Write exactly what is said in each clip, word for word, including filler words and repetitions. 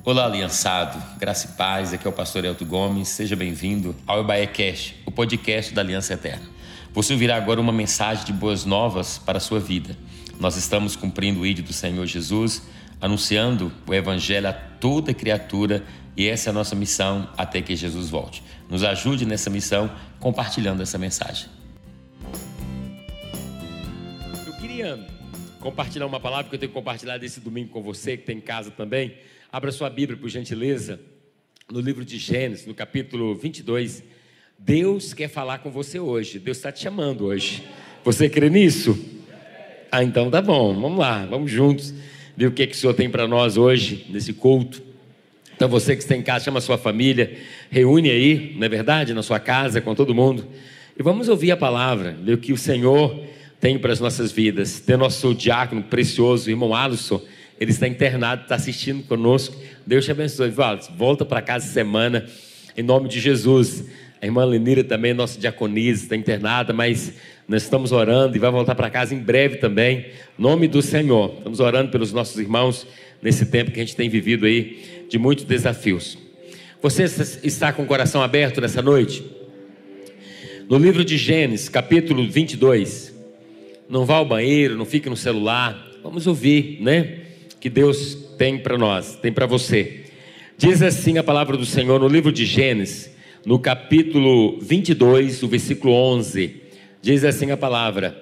Olá, aliançado, graça e paz, aqui é o pastor Elton Gomes, seja bem-vindo ao EbaeCast, o podcast da Aliança Eterna. Você ouvirá agora uma mensagem de boas novas para a sua vida. Nós estamos cumprindo o ídolo do Senhor Jesus, anunciando o Evangelho a toda criatura, e essa é a nossa missão até que Jesus volte. Nos ajude nessa missão compartilhando essa mensagem. Eu queria compartilhar uma palavra que eu tenho compartilhado esse domingo com você, que tem em casa também. Abra sua Bíblia, por gentileza, no livro de Gênesis, no capítulo vinte e dois. Deus quer falar com você hoje. Deus está te chamando hoje. Você crê nisso? Ah, então tá bom. Vamos lá, vamos juntos ver o que, que o Senhor tem para nós hoje, nesse culto. Então você que está em casa, chama a sua família, reúne aí, não é verdade? Na sua casa, com todo mundo. E vamos ouvir a palavra, ver o que o Senhor tem para as nossas vidas. Tem nosso diácono precioso, o irmão Alisson. Ele está internado, está assistindo conosco. Deus te abençoe. Volta para casa semana, em nome de Jesus. A irmã Lenira também, nossa diaconisa, está internada, mas nós estamos orando e vai voltar para casa em breve também. Em nome do Senhor. Estamos orando pelos nossos irmãos nesse tempo que a gente tem vivido aí, de muitos desafios. Você está com o coração aberto nessa noite? No livro de Gênesis, capítulo vinte e dois. Não vá ao banheiro, não fique no celular. Vamos ouvir, né? Que Deus tem para nós, tem para você. Diz assim a palavra do Senhor no livro de Gênesis, no capítulo vinte e dois, o versículo onze. Diz assim a palavra: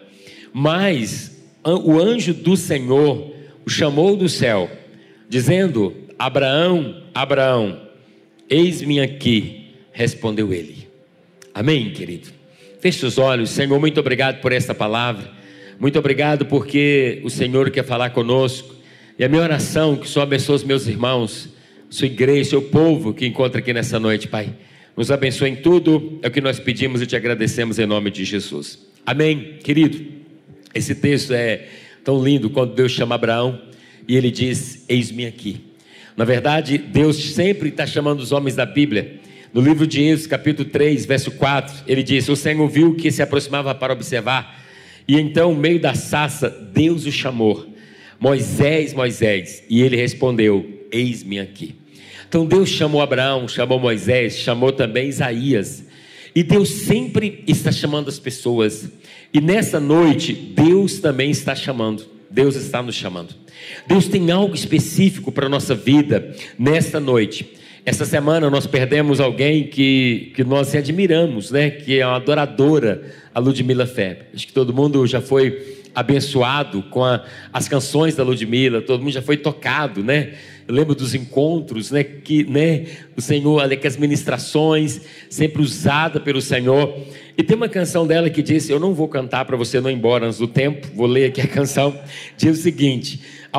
Mas o anjo do Senhor o chamou do céu, dizendo: Abraão, Abraão, eis-me aqui. Respondeu ele. Amém, querido? Feche os olhos. Senhor, muito obrigado por esta palavra. Muito obrigado porque o Senhor quer falar conosco. E a minha oração, que o Senhor abençoe os meus irmãos, sua igreja, seu povo que encontra aqui nessa noite, Pai. Nos abençoe em tudo, é o que nós pedimos e te agradecemos em nome de Jesus. Amém, querido? Esse texto é tão lindo quando Deus chama Abraão e ele diz: eis-me aqui. Na verdade, Deus sempre está chamando os homens da Bíblia. No livro de Êxodo, capítulo três, verso quatro, ele diz: o Senhor viu que se aproximava para observar, e então, no meio da sarça, Deus o chamou: Moisés, Moisés, e ele respondeu: eis-me aqui. Então Deus chamou Abraão, chamou Moisés, chamou também Isaías, e Deus sempre está chamando as pessoas, e nessa noite Deus também está chamando, Deus está nos chamando. Deus tem algo específico para a nossa vida nesta noite. Essa semana nós perdemos alguém que, que nós admiramos, né? Que é uma adoradora, a Ludmila Febre. Acho que todo mundo já foi abençoado com a, as canções da Ludmila, todo mundo já foi tocado, né? Eu lembro dos encontros, né? Que, né? O Senhor, ali, que as ministrações, sempre usada pelo Senhor. E tem uma canção dela que diz: eu não vou cantar para você não ir embora antes do tempo, vou ler aqui a canção. Diz o seguinte: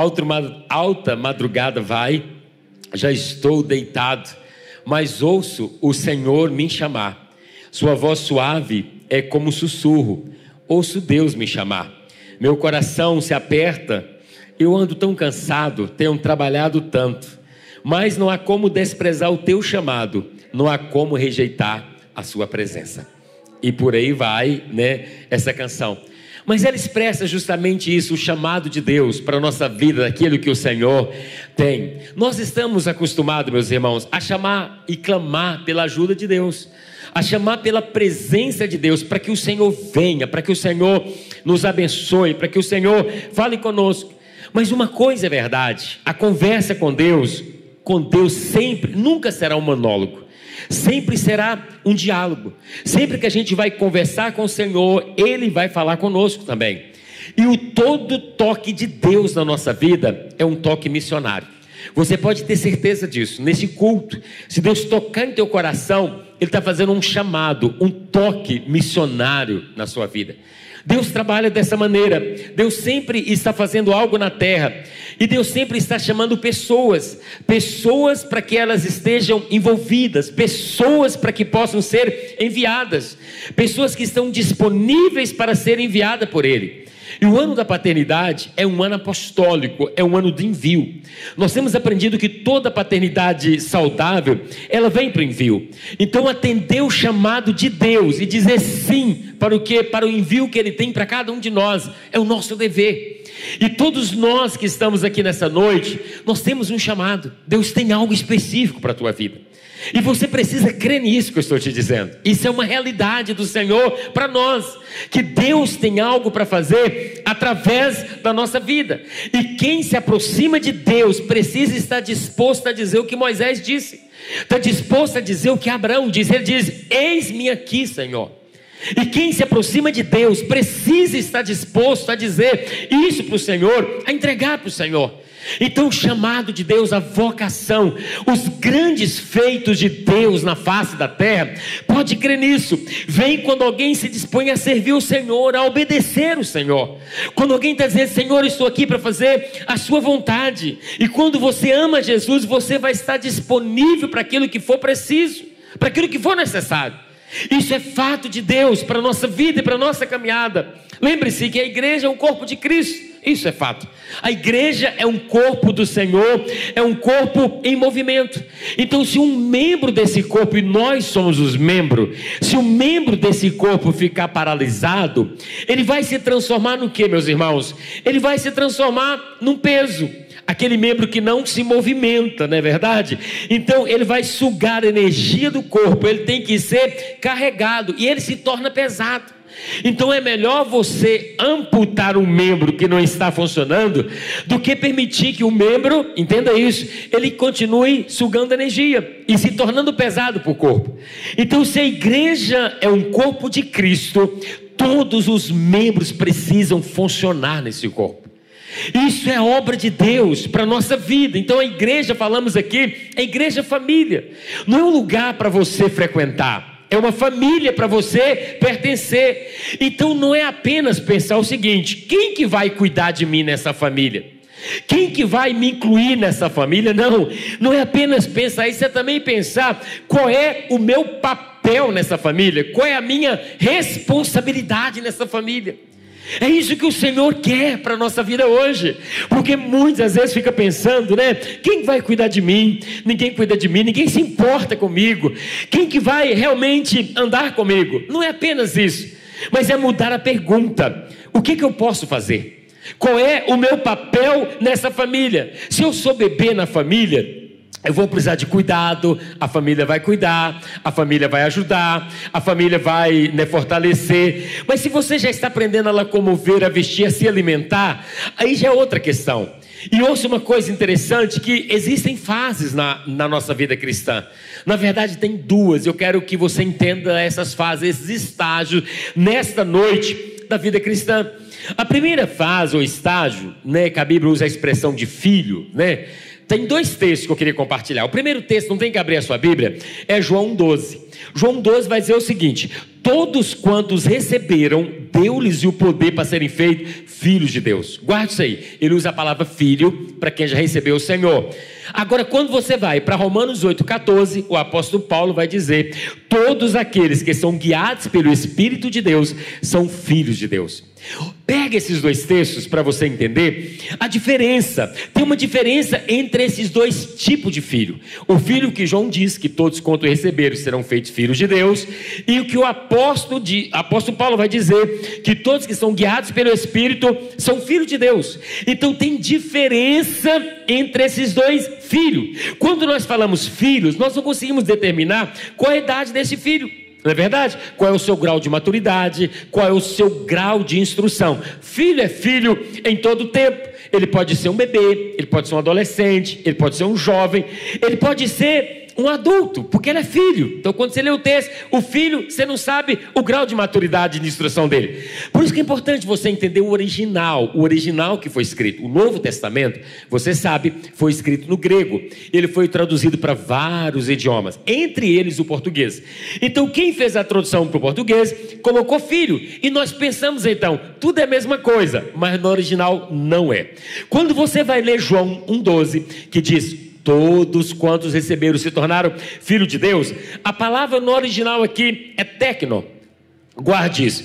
alta madrugada vai, já estou deitado, mas ouço o Senhor me chamar. Sua voz suave é como um sussurro, ouço Deus me chamar. Meu coração se aperta, eu ando tão cansado, tenho trabalhado tanto, mas não há como desprezar o teu chamado, não há como rejeitar a sua presença. E por aí vai, né, essa canção. Mas ela expressa justamente isso, o chamado de Deus para a nossa vida, aquilo que o Senhor tem. Nós estamos acostumados, meus irmãos, a chamar e clamar pela ajuda de Deus, a chamar pela presença de Deus, para que o Senhor venha, para que o Senhor nos abençoe, para que o Senhor fale conosco. Mas uma coisa é verdade: a conversa com Deus, com Deus sempre, nunca será um monólogo. Sempre será um diálogo. Sempre que a gente vai conversar com o Senhor, Ele vai falar conosco também. E o todo toque de Deus na nossa vida é um toque missionário. Você pode ter certeza disso. Nesse culto, se Deus tocar em teu coração, Ele está fazendo um chamado, um toque missionário na sua vida. Deus trabalha dessa maneira. Deus sempre está fazendo algo na terra, e Deus sempre está chamando pessoas, pessoas para que elas estejam envolvidas, pessoas para que possam ser enviadas, pessoas que estão disponíveis para ser enviadas por Ele. E o ano da paternidade é um ano apostólico, é um ano de envio. Nós temos aprendido que toda paternidade saudável, ela vem para o envio. Então, atender o chamado de Deus e dizer sim para o que, para o envio que Ele tem para cada um de nós, é o nosso dever. E todos nós que estamos aqui nessa noite, nós temos um chamado. Deus tem algo específico para a tua vida. E você precisa crer nisso que eu estou te dizendo. Isso é uma realidade do Senhor para nós, que Deus tem algo para fazer através da nossa vida. E quem se aproxima de Deus precisa estar disposto a dizer o que Moisés disse. Está disposto a dizer o que Abraão disse. Ele diz: eis-me aqui, Senhor. E quem se aproxima de Deus precisa estar disposto a dizer isso para o Senhor, a entregar para o Senhor. Então, o chamado de Deus, a vocação, os grandes feitos de Deus na face da terra, pode crer nisso, vem quando alguém se dispõe a servir o Senhor, a obedecer o Senhor. Quando alguém está dizendo: Senhor, estou aqui para fazer a sua vontade. E quando você ama Jesus, você vai estar disponível para aquilo que for preciso, para aquilo que for necessário. Isso é fato de Deus para a nossa vida e para a nossa caminhada. Lembre-se que a igreja é o corpo de Cristo. Isso é fato. A igreja é um corpo do Senhor, é um corpo em movimento. Então, se um membro desse corpo, e nós somos os membros, se um membro desse corpo ficar paralisado, ele vai se transformar no que, meus irmãos? Ele vai se transformar num peso. Aquele membro que não se movimenta, não é verdade? Então ele vai sugar a energia do corpo, ele tem que ser carregado e ele se torna pesado. Então é melhor você amputar um membro que não está funcionando do que permitir que o membro, entenda isso, ele continue sugando energia e se tornando pesado para o corpo. Então, se a igreja é um corpo de Cristo, todos os membros precisam funcionar nesse corpo. Isso é obra de Deus para a nossa vida. Então a igreja, falamos aqui, é igreja família. Não é um lugar para você frequentar, é uma família para você pertencer. Então não é apenas pensar o seguinte: quem que vai cuidar de mim nessa família? Quem que vai me incluir nessa família? Não, não é apenas pensar isso, é também pensar qual é o meu papel nessa família, qual é a minha responsabilidade nessa família. É isso que o Senhor quer para a nossa vida hoje, porque muitas vezes fica pensando, né? Quem vai cuidar de mim? Ninguém cuida de mim, ninguém se importa comigo. Quem que vai realmente andar comigo? Não é apenas isso, mas é mudar a pergunta: o que que eu posso fazer? Qual é o meu papel nessa família? Se eu sou bebê na família, eu vou precisar de cuidado, a família vai cuidar, a família vai ajudar, a família vai, né, fortalecer. Mas se você já está aprendendo a locomover, a vestir, a se alimentar, aí já é outra questão. E ouça uma coisa interessante, que existem fases na, na nossa vida cristã. Na verdade tem duas, eu quero que você entenda essas fases, esses estágios, nesta noite da vida cristã. A primeira fase ou estágio, né, que a Bíblia usa a expressão de filho, né? Tem dois textos que eu queria compartilhar. O primeiro texto, não tem que abrir a sua Bíblia, é João doze. João doze vai dizer o seguinte: todos quantos receberam, deu-lhes o poder para serem feitos filhos de Deus. Guarde isso aí, ele usa a palavra filho para quem já recebeu o Senhor. Agora, quando você vai para Romanos oito, catorze, o apóstolo Paulo vai dizer: todos aqueles que são guiados pelo Espírito de Deus são filhos de Deus. Pega esses dois textos para você entender a diferença. Tem uma diferença entre esses dois tipos de filho. O filho que João diz que todos quanto receberam serão feitos filhos de Deus, e o que o apóstolo, de, apóstolo Paulo vai dizer que todos que são guiados pelo Espírito são filhos de Deus. Então tem diferença entre esses dois filhos. Quando nós falamos filhos, nós não conseguimos determinar qual é a idade desse filho. Não é verdade? Qual é o seu grau de maturidade? Qual é o seu grau de instrução? Filho é filho em todo o tempo. Ele pode ser um bebê, ele pode ser um adolescente, ele pode ser um jovem, ele pode ser um adulto, porque ele é filho. Então quando você lê o texto, o filho, você não sabe o grau de maturidade e de instrução dele. Por isso que é importante você entender o original, o original que foi escrito. O Novo Testamento, você sabe, foi escrito no grego. Ele foi traduzido para vários idiomas, entre eles o português. Então quem fez a tradução para o português, colocou filho. E nós pensamos então, tudo é a mesma coisa, mas no original não é. Quando você vai ler João um, doze, que diz: todos quantos receberam se tornaram filhos de Deus, a palavra no original aqui é tecno. Guarde isso.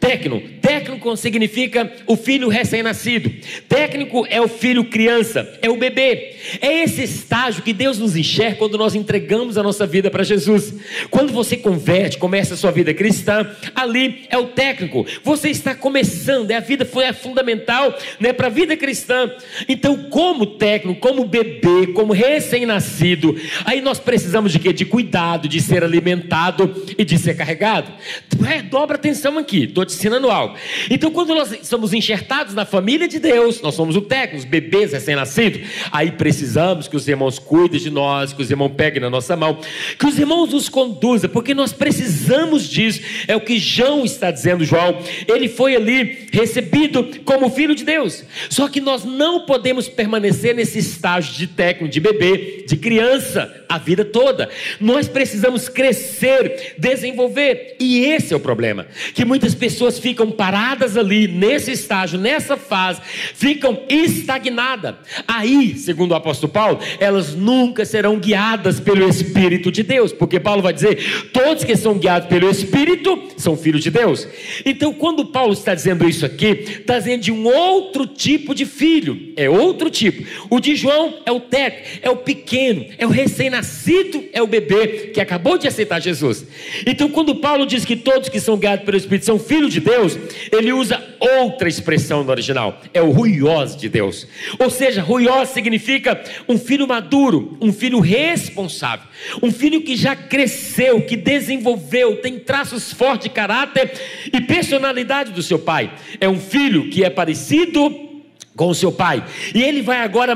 Técnico, técnico significa o filho recém-nascido. Técnico é o filho criança, é o bebê. É esse estágio que Deus nos enxerga quando nós entregamos a nossa vida para Jesus. Quando você converte, começa a sua vida cristã, ali é o técnico. Você está começando, é a vida foi é fundamental, né, para a vida cristã. Então, como técnico, como bebê, como recém-nascido, aí nós precisamos de quê? De cuidado, de ser alimentado e de ser carregado. É, dobra atenção aqui, estou te ensinando algo. Então, quando nós somos enxertados na família de Deus, nós somos o técnico, os bebês recém-nascidos, aí precisamos que os irmãos cuidem de nós, que os irmãos peguem na nossa mão, que os irmãos nos conduzam, porque nós precisamos disso. É o que João está dizendo. João, ele foi ali recebido como filho de Deus, só que nós não podemos permanecer nesse estágio de técnico, de bebê, de criança, a vida toda. Nós precisamos crescer, desenvolver, e esse é o problema, que muitas pessoas ficam paradas ali, nesse estágio, nessa fase, ficam estagnadas. Aí, segundo o apóstolo Paulo, elas nunca serão guiadas pelo Espírito de Deus, porque Paulo vai dizer, todos que são guiados pelo Espírito, são filhos de Deus. Então, quando Paulo está dizendo isso aqui, está dizendo de um outro tipo de filho, é outro tipo. O de João é o técnico, é o pequeno, é o recém-nascido, é o bebê que acabou de aceitar Jesus. Então, quando Paulo diz que todos que são guiados pelo Espírito são filhos de Deus, ele usa outra expressão no original, é o ruiós de Deus. Ou seja, ruiós significa um filho maduro, um filho responsável, um filho que já cresceu, que desenvolveu, tem traços fortes de caráter e personalidade do seu pai. É um filho que é parecido com o seu pai, e ele vai agora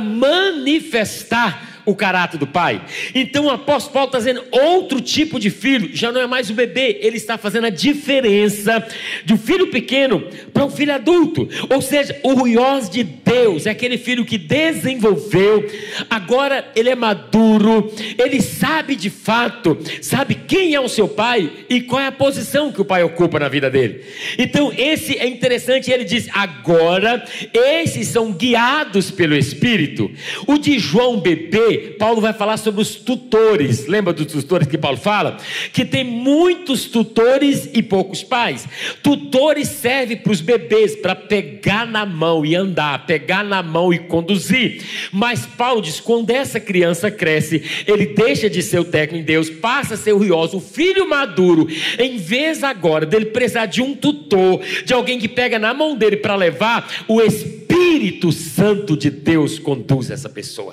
manifestar o caráter do pai. Então o apóstolo Paulo está dizendo outro tipo de filho, já não é mais o bebê, ele está fazendo a diferença de um filho pequeno para um filho adulto. Ou seja, o ruiós de Deus é aquele filho que desenvolveu, agora ele é maduro, ele sabe de fato, sabe quem é o seu pai e qual é a posição que o pai ocupa na vida dele. Então esse é interessante, ele diz, agora esses são guiados pelo Espírito. O de João bebê, Paulo vai falar sobre os tutores. Lembra dos tutores que Paulo fala? Que tem muitos tutores e poucos pais. Tutores servem para os bebês, para pegar na mão e andar, pegar na mão e conduzir. Mas Paulo diz, quando essa criança cresce, ele deixa de ser o técnico em Deus, passa a ser o ruiós, o filho maduro. Em vez agora dele precisar de um tutor, de alguém que pega na mão dele para levar, o Espírito Santo de Deus conduz essa pessoa.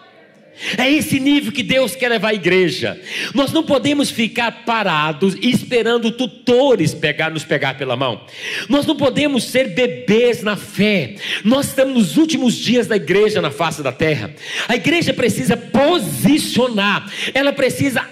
É esse nível que Deus quer levar a igreja. Nós não podemos ficar parados esperando tutores pegar, nos pegar pela mão. Nós não podemos ser bebês na fé. Nós estamos nos últimos dias da igreja na face da terra. A igreja precisa posicionar, ela precisa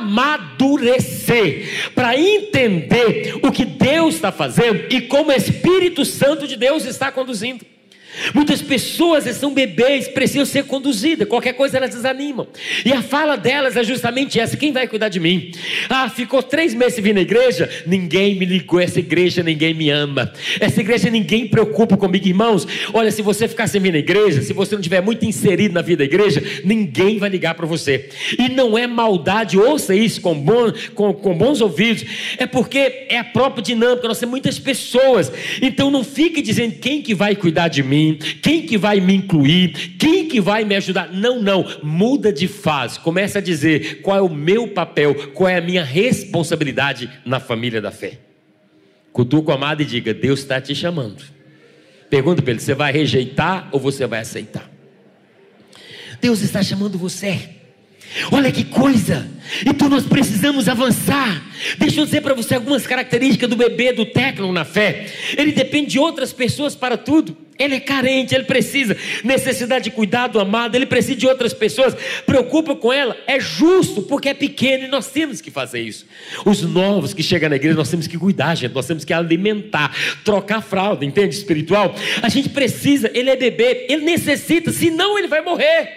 amadurecer para entender o que Deus está fazendo e como o Espírito Santo de Deus está conduzindo. Muitas pessoas são bebês, precisam ser conduzidas, qualquer coisa elas desanimam, e a fala delas é justamente essa: quem vai cuidar de mim? Ah, ficou três meses sem vir na igreja, ninguém me ligou, essa igreja ninguém me ama, essa igreja ninguém preocupa comigo. Irmãos, olha, se você ficar sem vir na igreja, se você não estiver muito inserido na vida da igreja, ninguém vai ligar para você, e não é maldade, ouça isso com, bom, com, com bons ouvidos, é porque é a própria dinâmica, nós temos muitas pessoas, então não fique dizendo quem que vai cuidar de mim, quem que vai me incluir, quem que vai me ajudar. Não, não, muda de fase, começa a dizer qual é o meu papel, qual é a minha responsabilidade na família da fé. Cutuca o amado e diga: Deus está te chamando. Pergunta para ele: você vai rejeitar ou você vai aceitar? Deus está chamando você. Olha que coisa. Então nós precisamos avançar. Deixa eu dizer para você algumas características do bebê, do técnico na fé. Ele depende de outras pessoas para tudo. Ele é carente, ele precisa, necessidade de cuidado, amado, ele precisa de outras pessoas, preocupa com ela. É justo, porque é pequeno e nós temos que fazer isso. Os novos que chegam na igreja, nós temos que cuidar, gente, nós temos que alimentar, trocar fralda, entende? Espiritual. A gente precisa, ele é bebê, ele necessita, senão ele vai morrer.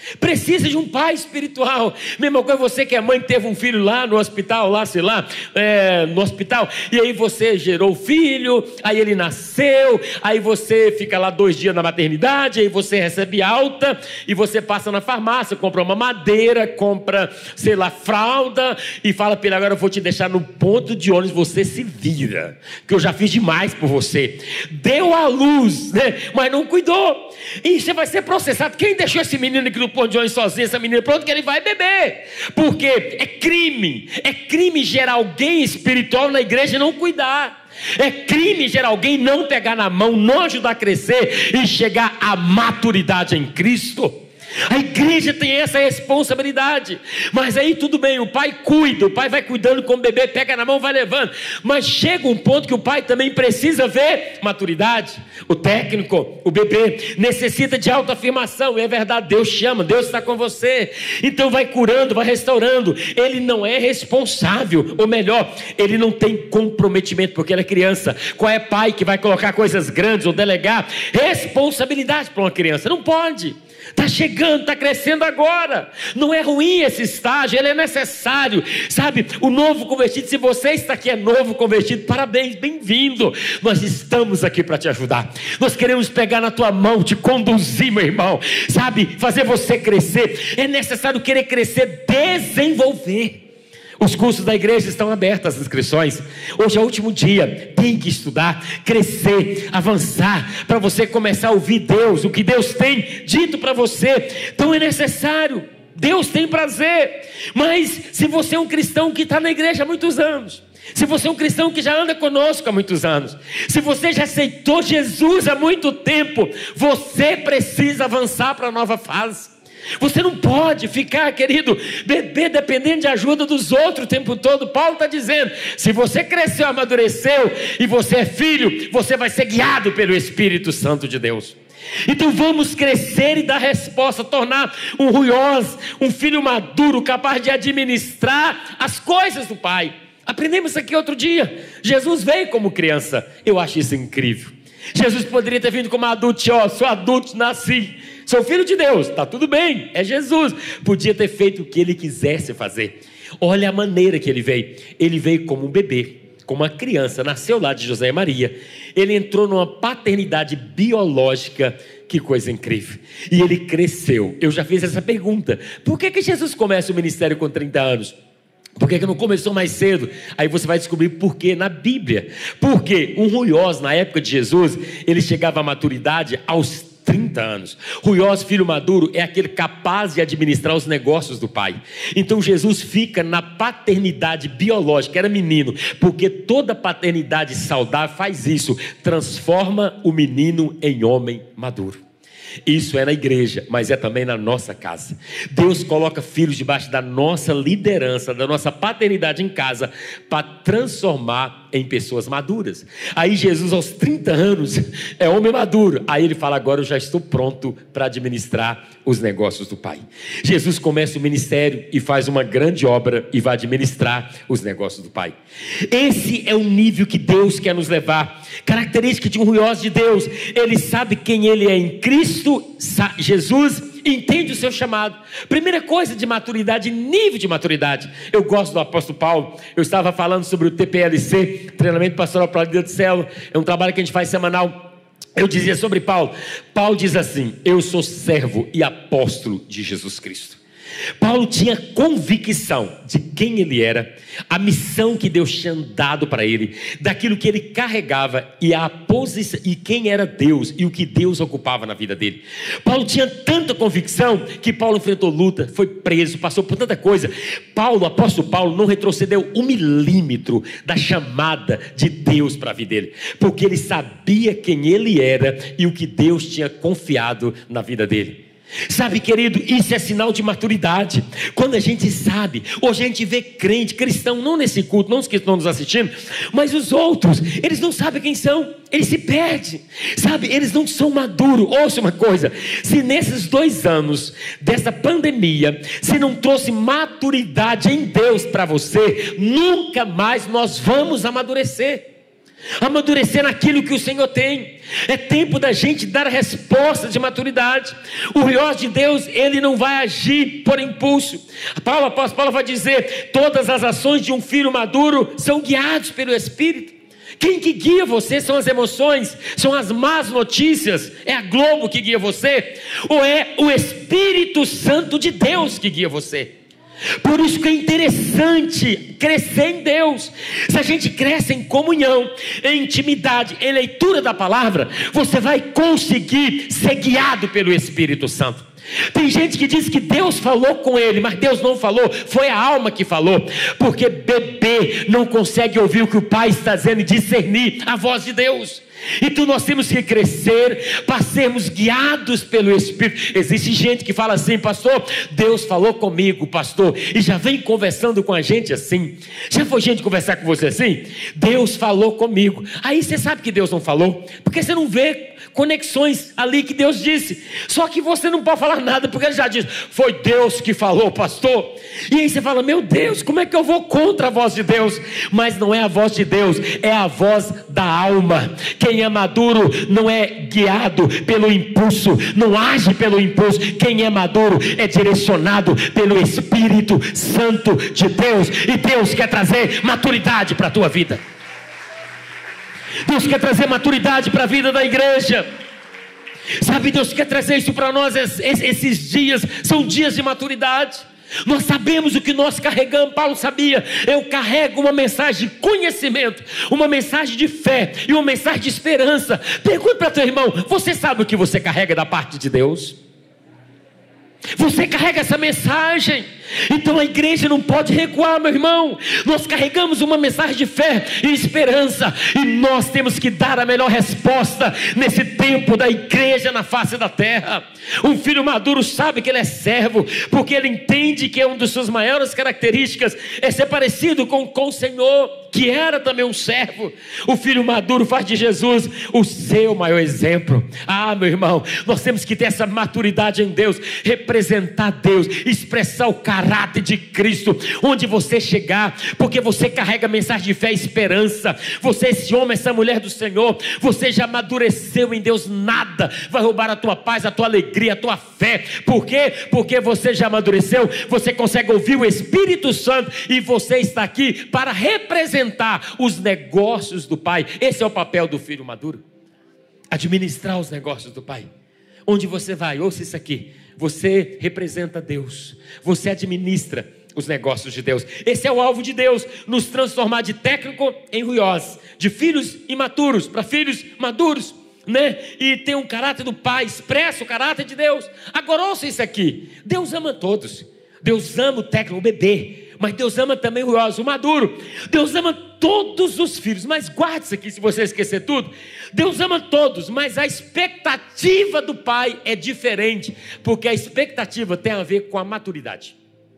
Precisa de um pai espiritual. Mesma coisa você que é mãe, teve um filho lá no hospital, lá sei lá, é, no hospital, e aí você gerou o filho, aí ele nasceu, aí você fica lá dois dias na maternidade, aí você recebe alta, e você passa na farmácia, compra uma madeira, compra, sei lá, fralda, e fala para ele: agora eu vou te deixar no ponto de ônibus, você se vira, que eu já fiz demais por você. Deu à luz, né? Mas não cuidou, e você vai ser processado. Quem deixou esse menino aqui no ponto de ônibus sozinho, essa menina, pronto, que ele vai beber, porque é crime, é crime gerar alguém espiritual na igreja e não cuidar. É crime gerar alguém não pegar na mão, não ajudar a crescer e chegar à maturidade em Cristo. A igreja tem essa responsabilidade. Mas aí tudo bem, o pai cuida, o pai vai cuidando com o bebê, pega na mão, vai levando. Mas chega um ponto que o pai também precisa ver maturidade. O técnico, o bebê, necessita de autoafirmação. É verdade, Deus chama, Deus está com você. Então vai curando, vai restaurando. Ele não é responsável, ou melhor, ele não tem comprometimento, porque ele é criança. Qual é pai que vai colocar coisas grandes ou delegar responsabilidade para uma criança? Não pode. Está chegando, está crescendo agora. Não é ruim esse estágio, ele é necessário. Sabe, o novo convertido, se você está aqui é novo convertido, parabéns, bem-vindo. Nós estamos aqui para te ajudar. Nós queremos pegar na tua mão, te conduzir, meu irmão. Sabe, fazer você crescer. É necessário querer crescer, desenvolver. Os cursos da igreja estão abertos, as inscrições. Hoje é o último dia. Tem que estudar, crescer, avançar, para você começar a ouvir Deus, o que Deus tem dito para você. Então é necessário. Deus tem prazer. Mas se você é um cristão que está na igreja há muitos anos, se você é um cristão que já anda conosco há muitos anos, se você já aceitou Jesus há muito tempo, você precisa avançar para a nova fase. Você não pode ficar, querido, beber dependendo de ajuda dos outros o tempo todo. Paulo está dizendo: se você cresceu, amadureceu e você é filho, você vai ser guiado pelo Espírito Santo de Deus. Então vamos crescer e dar resposta, tornar um ruiós, um filho maduro, capaz de administrar as coisas do Pai. Aprendemos isso aqui outro dia. Jesus veio como criança. Eu acho isso incrível. Jesus poderia ter vindo como adulto: ó, sou adulto, nasci, sou filho de Deus, está tudo bem, é Jesus. Podia ter feito o que ele quisesse fazer. Olha a maneira que ele veio. Ele veio como um bebê, como uma criança, nasceu lá de José e Maria. Ele entrou numa paternidade biológica. Que coisa incrível. E ele cresceu. Eu já fiz essa pergunta: por que que Jesus começa o ministério com trinta anos? Por que que não começou mais cedo? Aí você vai descobrir por que na Bíblia. Porque um ruiós, na época de Jesus, ele chegava à maturidade aos trinta anos. Ruiós, filho maduro, é aquele capaz de administrar os negócios do pai. Então Jesus fica na paternidade biológica, era menino, porque toda paternidade saudável faz isso, transforma o menino em homem maduro. Isso é na igreja, mas é também na nossa casa. Deus coloca filhos debaixo da nossa liderança, da nossa paternidade em casa, para transformar em pessoas maduras. Aí Jesus aos trinta anos é homem maduro. Aí ele fala: agora eu já estou pronto para administrar os negócios do Pai. Jesus começa o ministério e faz uma grande obra e vai administrar os negócios do Pai. Esse é o nível que Deus quer nos levar. Característica de um ruiós de Deus: ele sabe quem ele é em Cristo Jesus, entende o seu chamado. Primeira coisa de maturidade, nível de maturidade. Eu gosto do apóstolo Paulo. Eu estava falando sobre o T P L C, treinamento pastoral para líder de célula. É um trabalho que a gente faz semanal. Eu dizia sobre Paulo. Paulo diz assim: eu sou servo e apóstolo de Jesus Cristo. Paulo tinha convicção de quem ele era, a missão que Deus tinha dado para ele, daquilo que ele carregava e a posição, e quem era Deus e o que Deus ocupava na vida dele. Paulo tinha tanta convicção que Paulo enfrentou luta, foi preso, passou por tanta coisa. Paulo, o apóstolo Paulo, não retrocedeu um milímetro da chamada de Deus para a vida dele, porque ele sabia quem ele era e o que Deus tinha confiado na vida dele. Sabe, querido, isso é sinal de maturidade. Quando a gente sabe, hoje a gente vê crente, cristão, não nesse culto, não os que estão nos assistindo, mas os outros, eles não sabem quem são, eles se perdem, sabe, eles não são maduros. Ouça uma coisa: se nesses dois anos dessa pandemia, se não trouxe maturidade em Deus para você, nunca mais nós vamos amadurecer. amadurecer naquilo que o Senhor tem. É tempo da gente dar respostas de maturidade. O Ruach de Deus, ele não vai agir por impulso. Paulo, apóstolo Paulo vai dizer: todas as ações de um filho maduro são guiados pelo Espírito. Quem que guia você são as emoções, são as más notícias, é a Globo que guia você, ou é o Espírito Santo de Deus que guia você? Por isso que é interessante crescer em Deus. Se a gente cresce em comunhão, em intimidade, em leitura da palavra, você vai conseguir ser guiado pelo Espírito Santo. Tem gente que diz que Deus falou com ele, mas Deus não falou, foi a alma que falou. Porque bebê não consegue ouvir o que o pai está dizendo e discernir a voz de Deus. Então nós temos que crescer para sermos guiados pelo Espírito. Existe gente que fala assim: pastor, Deus falou comigo, pastor, e já vem conversando com a gente assim. Já foi gente conversar com você assim? Deus falou comigo. Aí você sabe que Deus não falou, porque você não vê conexões ali que Deus disse. Só que você não pode falar nada, porque ele já disse: foi Deus que falou, pastor. E aí você fala: meu Deus, como é que eu vou contra a voz de Deus? Mas não é a voz de Deus, é a voz da alma. Quem é maduro não é guiado pelo impulso, não age pelo impulso. Quem é maduro é direcionado pelo Espírito Santo de Deus. E Deus quer trazer maturidade para a tua vida. Deus quer trazer maturidade para a vida da igreja. Sabe, Deus quer trazer isso para nós. Esses dias são dias de maturidade. Nós sabemos o que nós carregamos. Paulo sabia: eu carrego uma mensagem de conhecimento, uma mensagem de fé e uma mensagem de esperança. Pergunta para teu irmão: você sabe o que você carrega da parte de Deus? Você carrega essa mensagem. Então a igreja não pode recuar, meu irmão. Nós carregamos uma mensagem de fé e esperança, e nós temos que dar a melhor resposta nesse tempo da igreja na face da terra. Um filho maduro sabe que ele é servo, porque ele entende que é uma das suas maiores características é ser parecido com, com o Senhor, que era também um servo. O filho maduro faz de Jesus o seu maior exemplo. Ah, meu irmão, nós temos que ter essa maturidade em Deus, representar Deus, expressar o caráter de Cristo onde você chegar, porque você carrega mensagem de fé e esperança. Você, esse homem, essa mulher do Senhor, você já amadureceu em Deus. Nada vai roubar a tua paz, a tua alegria, a tua fé. Por quê? Porque você já amadureceu. Você consegue ouvir o Espírito Santo, e você está aqui para representar os negócios do Pai. Esse é o papel do filho maduro: administrar os negócios do Pai. Onde você vai, ouça isso aqui: você representa Deus, você administra os negócios de Deus. Esse é o alvo de Deus: nos transformar de técnico em ruiosos, de filhos imaturos para filhos maduros, né? E ter um caráter do Pai, expressa o caráter de Deus. Agora ouça isso aqui: Deus ama todos. Deus ama o técnico, o bebê, mas Deus ama também o ruioso, o maduro. Deus ama todos os filhos. Mas guarde isso aqui, se você esquecer tudo: Deus ama todos, mas a expectativa do Pai é diferente, porque a expectativa tem a ver com a maturidade.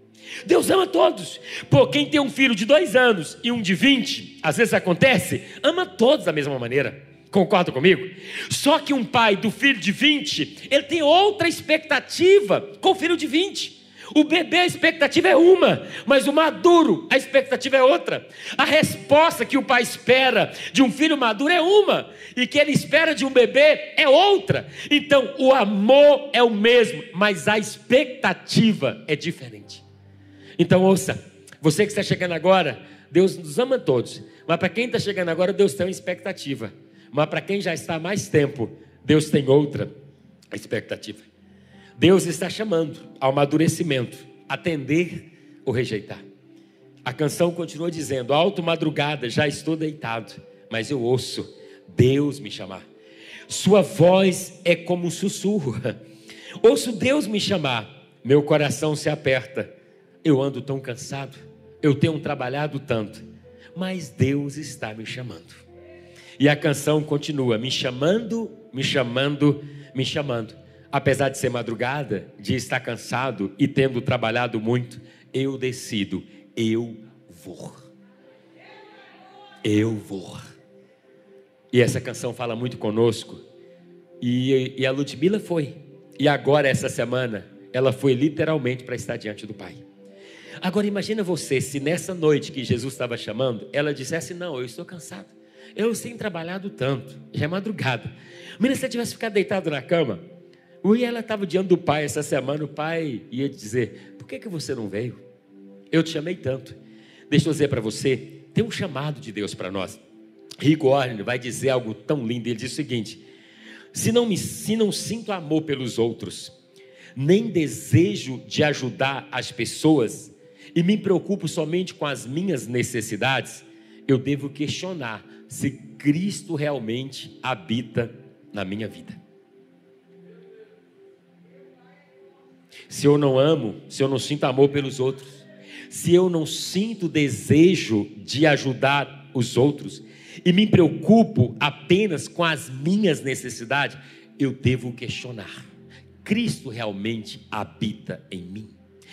Deus ama todos. Pô, quem tem um filho de dois anos e um de vinte, às vezes acontece, ama todos da mesma maneira. Concorda comigo? Só que um pai do filho de vinte, ele tem outra expectativa com o filho de vinte. O bebê, a expectativa é uma, mas o maduro, a expectativa é outra. A resposta que o pai espera de um filho maduro é uma, e que ele espera de um bebê é outra. Então o amor é o mesmo, mas a expectativa é diferente. Então ouça, você que está chegando agora, Deus nos ama todos, mas para quem está chegando agora, Deus tem uma expectativa. Mas para quem já está há mais tempo, Deus tem outra expectativa. Deus está chamando ao amadurecimento, atender ou rejeitar. A canção continua dizendo: alto madrugada, já estou deitado, mas eu ouço Deus me chamar. Sua voz é como um sussurro. Ouço Deus me chamar, meu coração se aperta. Eu ando tão cansado, eu tenho trabalhado tanto, mas Deus está me chamando. E a canção continua: me chamando, me chamando, me chamando. Apesar de ser madrugada, de estar cansado e tendo trabalhado muito, eu decido, eu vou. Eu vou. E essa canção fala muito conosco. E, e a Ludmila foi. E agora, essa semana, ela foi literalmente para estar diante do Pai. Agora imagina você, se nessa noite que Jesus estava chamando, ela dissesse: não, eu estou cansada, Eu tenho trabalhado tanto, já é madrugada. Menina, se eu tivesse ficado deitado na cama, e ela estava diante do pai essa semana, o pai ia dizer: por que, que você não veio? Eu te chamei tanto. Deixa eu dizer para você, tem um chamado de Deus para nós. Rick Warren vai dizer algo tão lindo. Ele diz o seguinte: se não, me, se não sinto amor pelos outros, nem desejo de ajudar as pessoas, e me preocupo somente com as minhas necessidades, eu devo questionar se Cristo realmente habita na minha vida. Se eu não amo, se eu não sinto amor pelos outros, se eu não sinto desejo de ajudar os outros, e me preocupo apenas com as minhas necessidades, eu devo questionar: Cristo realmente habita em mim?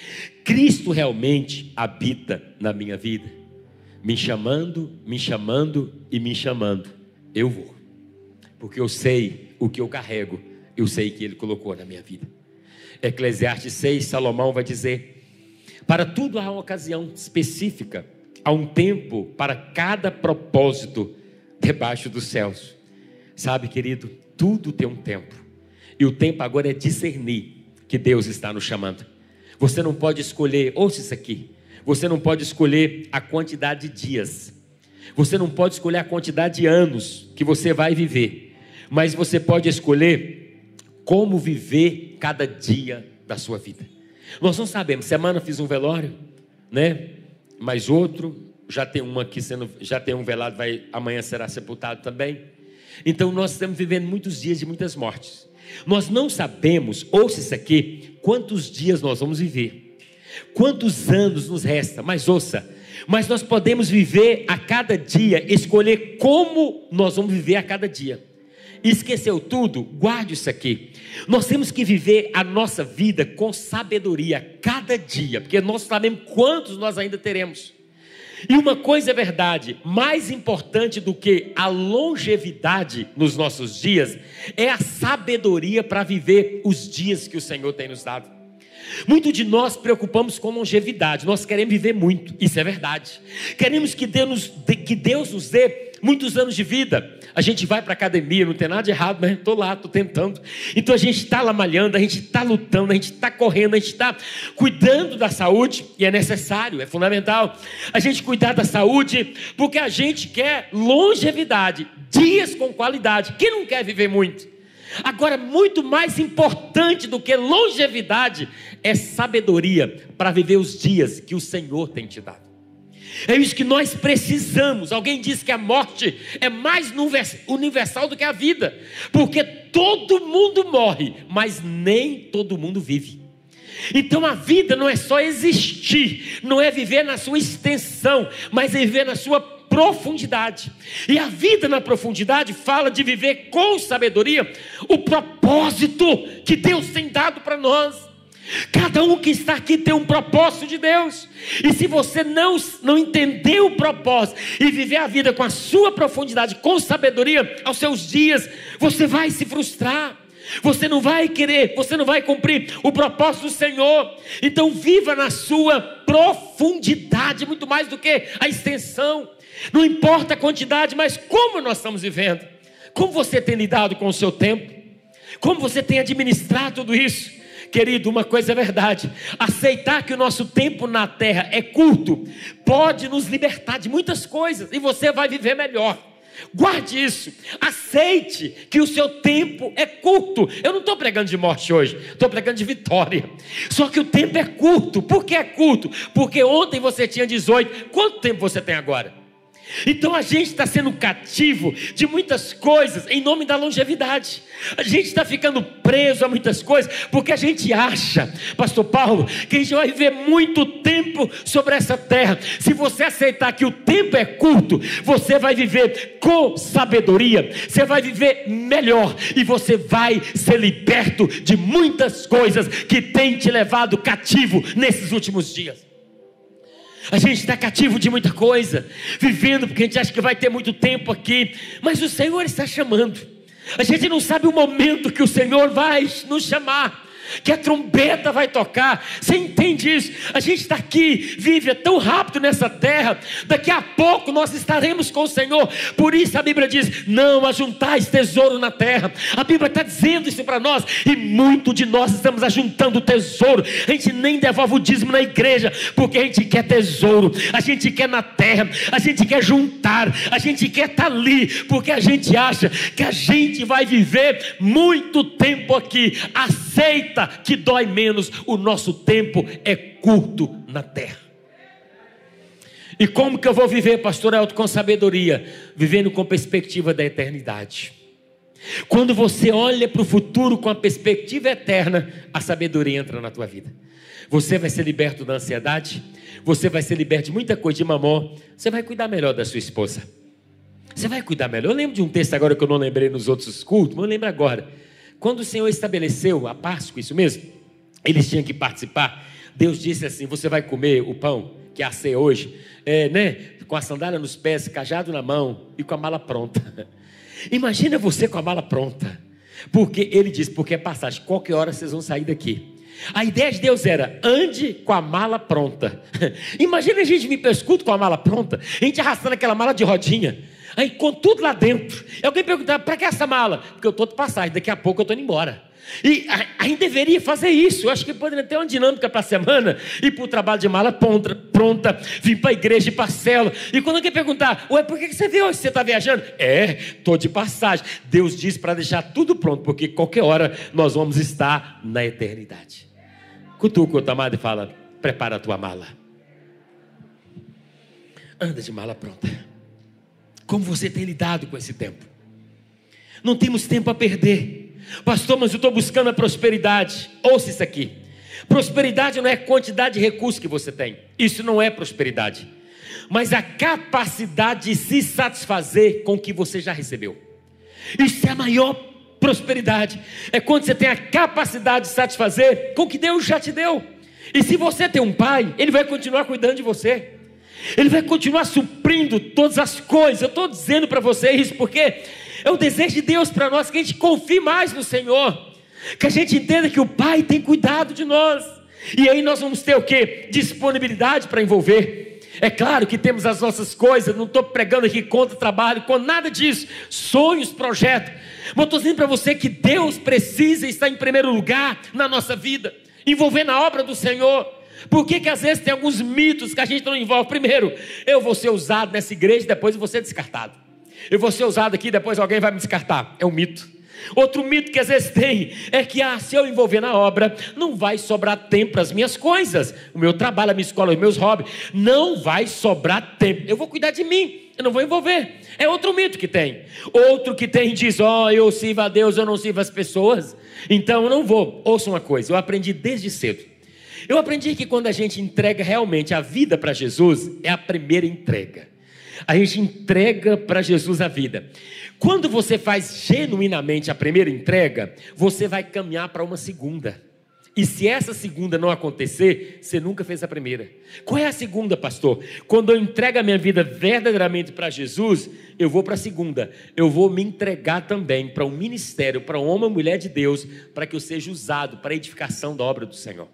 Cristo realmente habita na minha vida? Me chamando, me chamando e me chamando, eu vou, porque eu sei o que eu carrego, eu sei que Ele colocou na minha vida. Eclesiastes seis, Salomão vai dizer: para tudo há uma ocasião específica, há um tempo para cada propósito debaixo dos céus. Sabe, querido, tudo tem um tempo, e o tempo agora é discernir que Deus está nos chamando. Você não pode escolher, ouça isso aqui, você não pode escolher a quantidade de dias, você não pode escolher a quantidade de anos que você vai viver, mas você pode escolher como viver cada dia da sua vida. Nós não sabemos, semana fiz um velório, né? Mais outro, já tem um aqui sendo, já tem um velado, vai, amanhã será sepultado também. Então nós estamos vivendo muitos dias de muitas mortes. Nós não sabemos, ouça isso aqui, quantos dias nós vamos viver, quantos anos nos resta, mas ouça, mas nós podemos viver a cada dia, escolher como nós vamos viver a cada dia. Esqueceu tudo? Guarde isso aqui. Nós temos que viver a nossa vida com sabedoria cada dia, porque nós sabemos quantos nós ainda teremos. E uma coisa é verdade, mais importante do que a longevidade nos nossos dias é a sabedoria para viver os dias que o Senhor tem nos dado. Muito de nós preocupamos com longevidade, nós queremos viver muito, isso é verdade. Queremos que Deus, que Deus nos dê muitos anos de vida. A gente vai para a academia, não tem nada de errado, mas estou lá, estou tentando. Então a gente está lá malhando, a gente está lutando, a gente está correndo, a gente está cuidando da saúde, e é necessário, é fundamental a gente cuidar da saúde, porque a gente quer longevidade, dias com qualidade. Quem não quer viver muito? Agora, muito mais importante do que longevidade é sabedoria para viver os dias que o Senhor tem te dado. É isso que nós precisamos. Alguém diz que a morte é mais universal do que a vida, porque todo mundo morre, mas nem todo mundo vive. Então a vida não é só existir, não é viver na sua extensão, mas é viver na sua profundidade. E a vida na profundidade fala de viver com sabedoria o propósito que Deus tem dado para nós. Cada um que está aqui tem um propósito de Deus, e se você não, não entender o propósito e viver a vida com a sua profundidade, com sabedoria aos seus dias, você vai se frustrar, você não vai querer, você não vai cumprir o propósito do Senhor. Então viva na sua profundidade, muito mais do que a extensão. Não importa a quantidade, mas como nós estamos vivendo, como você tem lidado com o seu tempo, como você tem administrado tudo isso. Querido, uma coisa é verdade, aceitar que o nosso tempo na terra é curto, pode nos libertar de muitas coisas, e você vai viver melhor. Guarde isso, aceite que o seu tempo é curto. Eu não estou pregando de morte hoje, estou pregando de vitória. Só que o tempo é curto. Por que é curto? Porque ontem você tinha dezoito, quanto tempo você tem agora? Então a gente está sendo cativo de muitas coisas em nome da longevidade. A gente está ficando preso a muitas coisas porque a gente acha, pastor Paulo, que a gente vai viver muito tempo sobre essa terra. Se você aceitar que o tempo é curto, você vai viver com sabedoria, você vai viver melhor, e você vai ser liberto de muitas coisas que tem te levado cativo nesses últimos dias. A gente está cativo de muita coisa, vivendo porque a gente acha que vai ter muito tempo aqui, mas o Senhor está chamando. A gente não sabe o momento que o Senhor vai nos chamar, que a trombeta vai tocar. Você entende isso? A gente está aqui, vive tão rápido nessa terra, daqui a pouco nós estaremos com o Senhor. Por isso a Bíblia diz: não ajuntais tesouro na terra. A Bíblia está dizendo isso para nós, e muito de nós estamos ajuntando tesouro. A gente nem devolve o dízimo na igreja, porque a gente quer tesouro, a gente quer na terra, a gente quer juntar, a gente quer estar ali, porque a gente acha que a gente vai viver muito tempo aqui. Aceita que dói menos, o nosso tempo é curto na terra. E como que eu vou viver, pastor Elton, com sabedoria? Vivendo com perspectiva da eternidade. Quando você olha para o futuro com a perspectiva eterna, a sabedoria entra na tua vida. Você vai ser liberto da ansiedade, você vai ser liberto de muita coisa, de mamon. Você vai cuidar melhor da sua esposa, você vai cuidar melhor. Eu lembro de um texto agora que eu não lembrei nos outros cultos, mas eu lembro agora. Quando o Senhor estabeleceu a Páscoa, isso mesmo, eles tinham que participar. Deus disse assim: você vai comer o pão, que é a ceia hoje, é, né, com a sandália nos pés, cajado na mão e com a mala pronta. Imagina você com a mala pronta, porque ele disse: porque é passagem, qualquer hora vocês vão sair daqui. A ideia de Deus era: ande com a mala pronta. Imagina a gente me pescudo com a mala pronta, a gente arrastando aquela mala de rodinha, aí com tudo lá dentro. E alguém perguntava: para que essa mala? Porque eu estou de passagem, daqui a pouco eu estou indo embora. E a, a gente deveria fazer isso. Eu acho que poderia ter uma dinâmica para a semana, ir para o trabalho de mala pronta, pronta vir para a igreja, ir para a célula. E quando alguém perguntar: ué, por que você veio hoje? Você está viajando? É, estou de passagem. Deus disse para deixar tudo pronto, porque qualquer hora nós vamos estar na eternidade. Cutuca o outro amado e fala: prepara a tua mala, anda de mala pronta. Como você tem lidado com esse tempo? Não temos tempo a perder. Pastor, mas eu estou buscando a prosperidade. Ouça isso aqui: prosperidade não é a quantidade de recursos que você tem, isso não é prosperidade, mas a capacidade de se satisfazer com o que você já recebeu. Isso é a maior prosperidade, é quando você tem a capacidade de satisfazer com o que Deus já te deu. E se você tem um pai, Ele vai continuar cuidando de você, Ele vai continuar suprindo todas as coisas. Eu estou dizendo para vocês isso porque é o desejo de Deus para nós, que a gente confie mais no Senhor, que a gente entenda que o Pai tem cuidado de nós. E aí nós vamos ter o quê? Disponibilidade para envolver. É claro que temos as nossas coisas, não estou pregando aqui contra trabalho, com nada disso, sonhos, projetos, mas estou dizendo para você que Deus precisa estar em primeiro lugar na nossa vida, envolver na obra do Senhor. Por que que às vezes tem alguns mitos que a gente não envolve? Primeiro, eu vou ser usado nessa igreja e depois eu vou ser descartado. Eu vou ser usado aqui, depois alguém vai me descartar. É um mito. Outro mito que às vezes tem é que ah, se eu envolver na obra, não vai sobrar tempo para as minhas coisas, o meu trabalho, a minha escola, os meus hobbies. Não vai sobrar tempo. Eu vou cuidar de mim, eu não vou envolver. É outro mito que tem. Outro que tem diz: ó, oh, eu sirvo a Deus, eu não sirvo as pessoas, então eu não vou. Ouça uma coisa, eu aprendi desde cedo. Eu aprendi que quando a gente entrega realmente a vida para Jesus, é a primeira entrega. A gente entrega para Jesus a vida. Quando você faz genuinamente a primeira entrega, você vai caminhar para uma segunda. E se essa segunda não acontecer, você nunca fez a primeira. Qual é a segunda, pastor? Quando eu entrego a minha vida verdadeiramente para Jesus, eu vou para a segunda. Eu vou me entregar também para um ministério, para um homem ou mulher de Deus, para que eu seja usado para a edificação da obra do Senhor.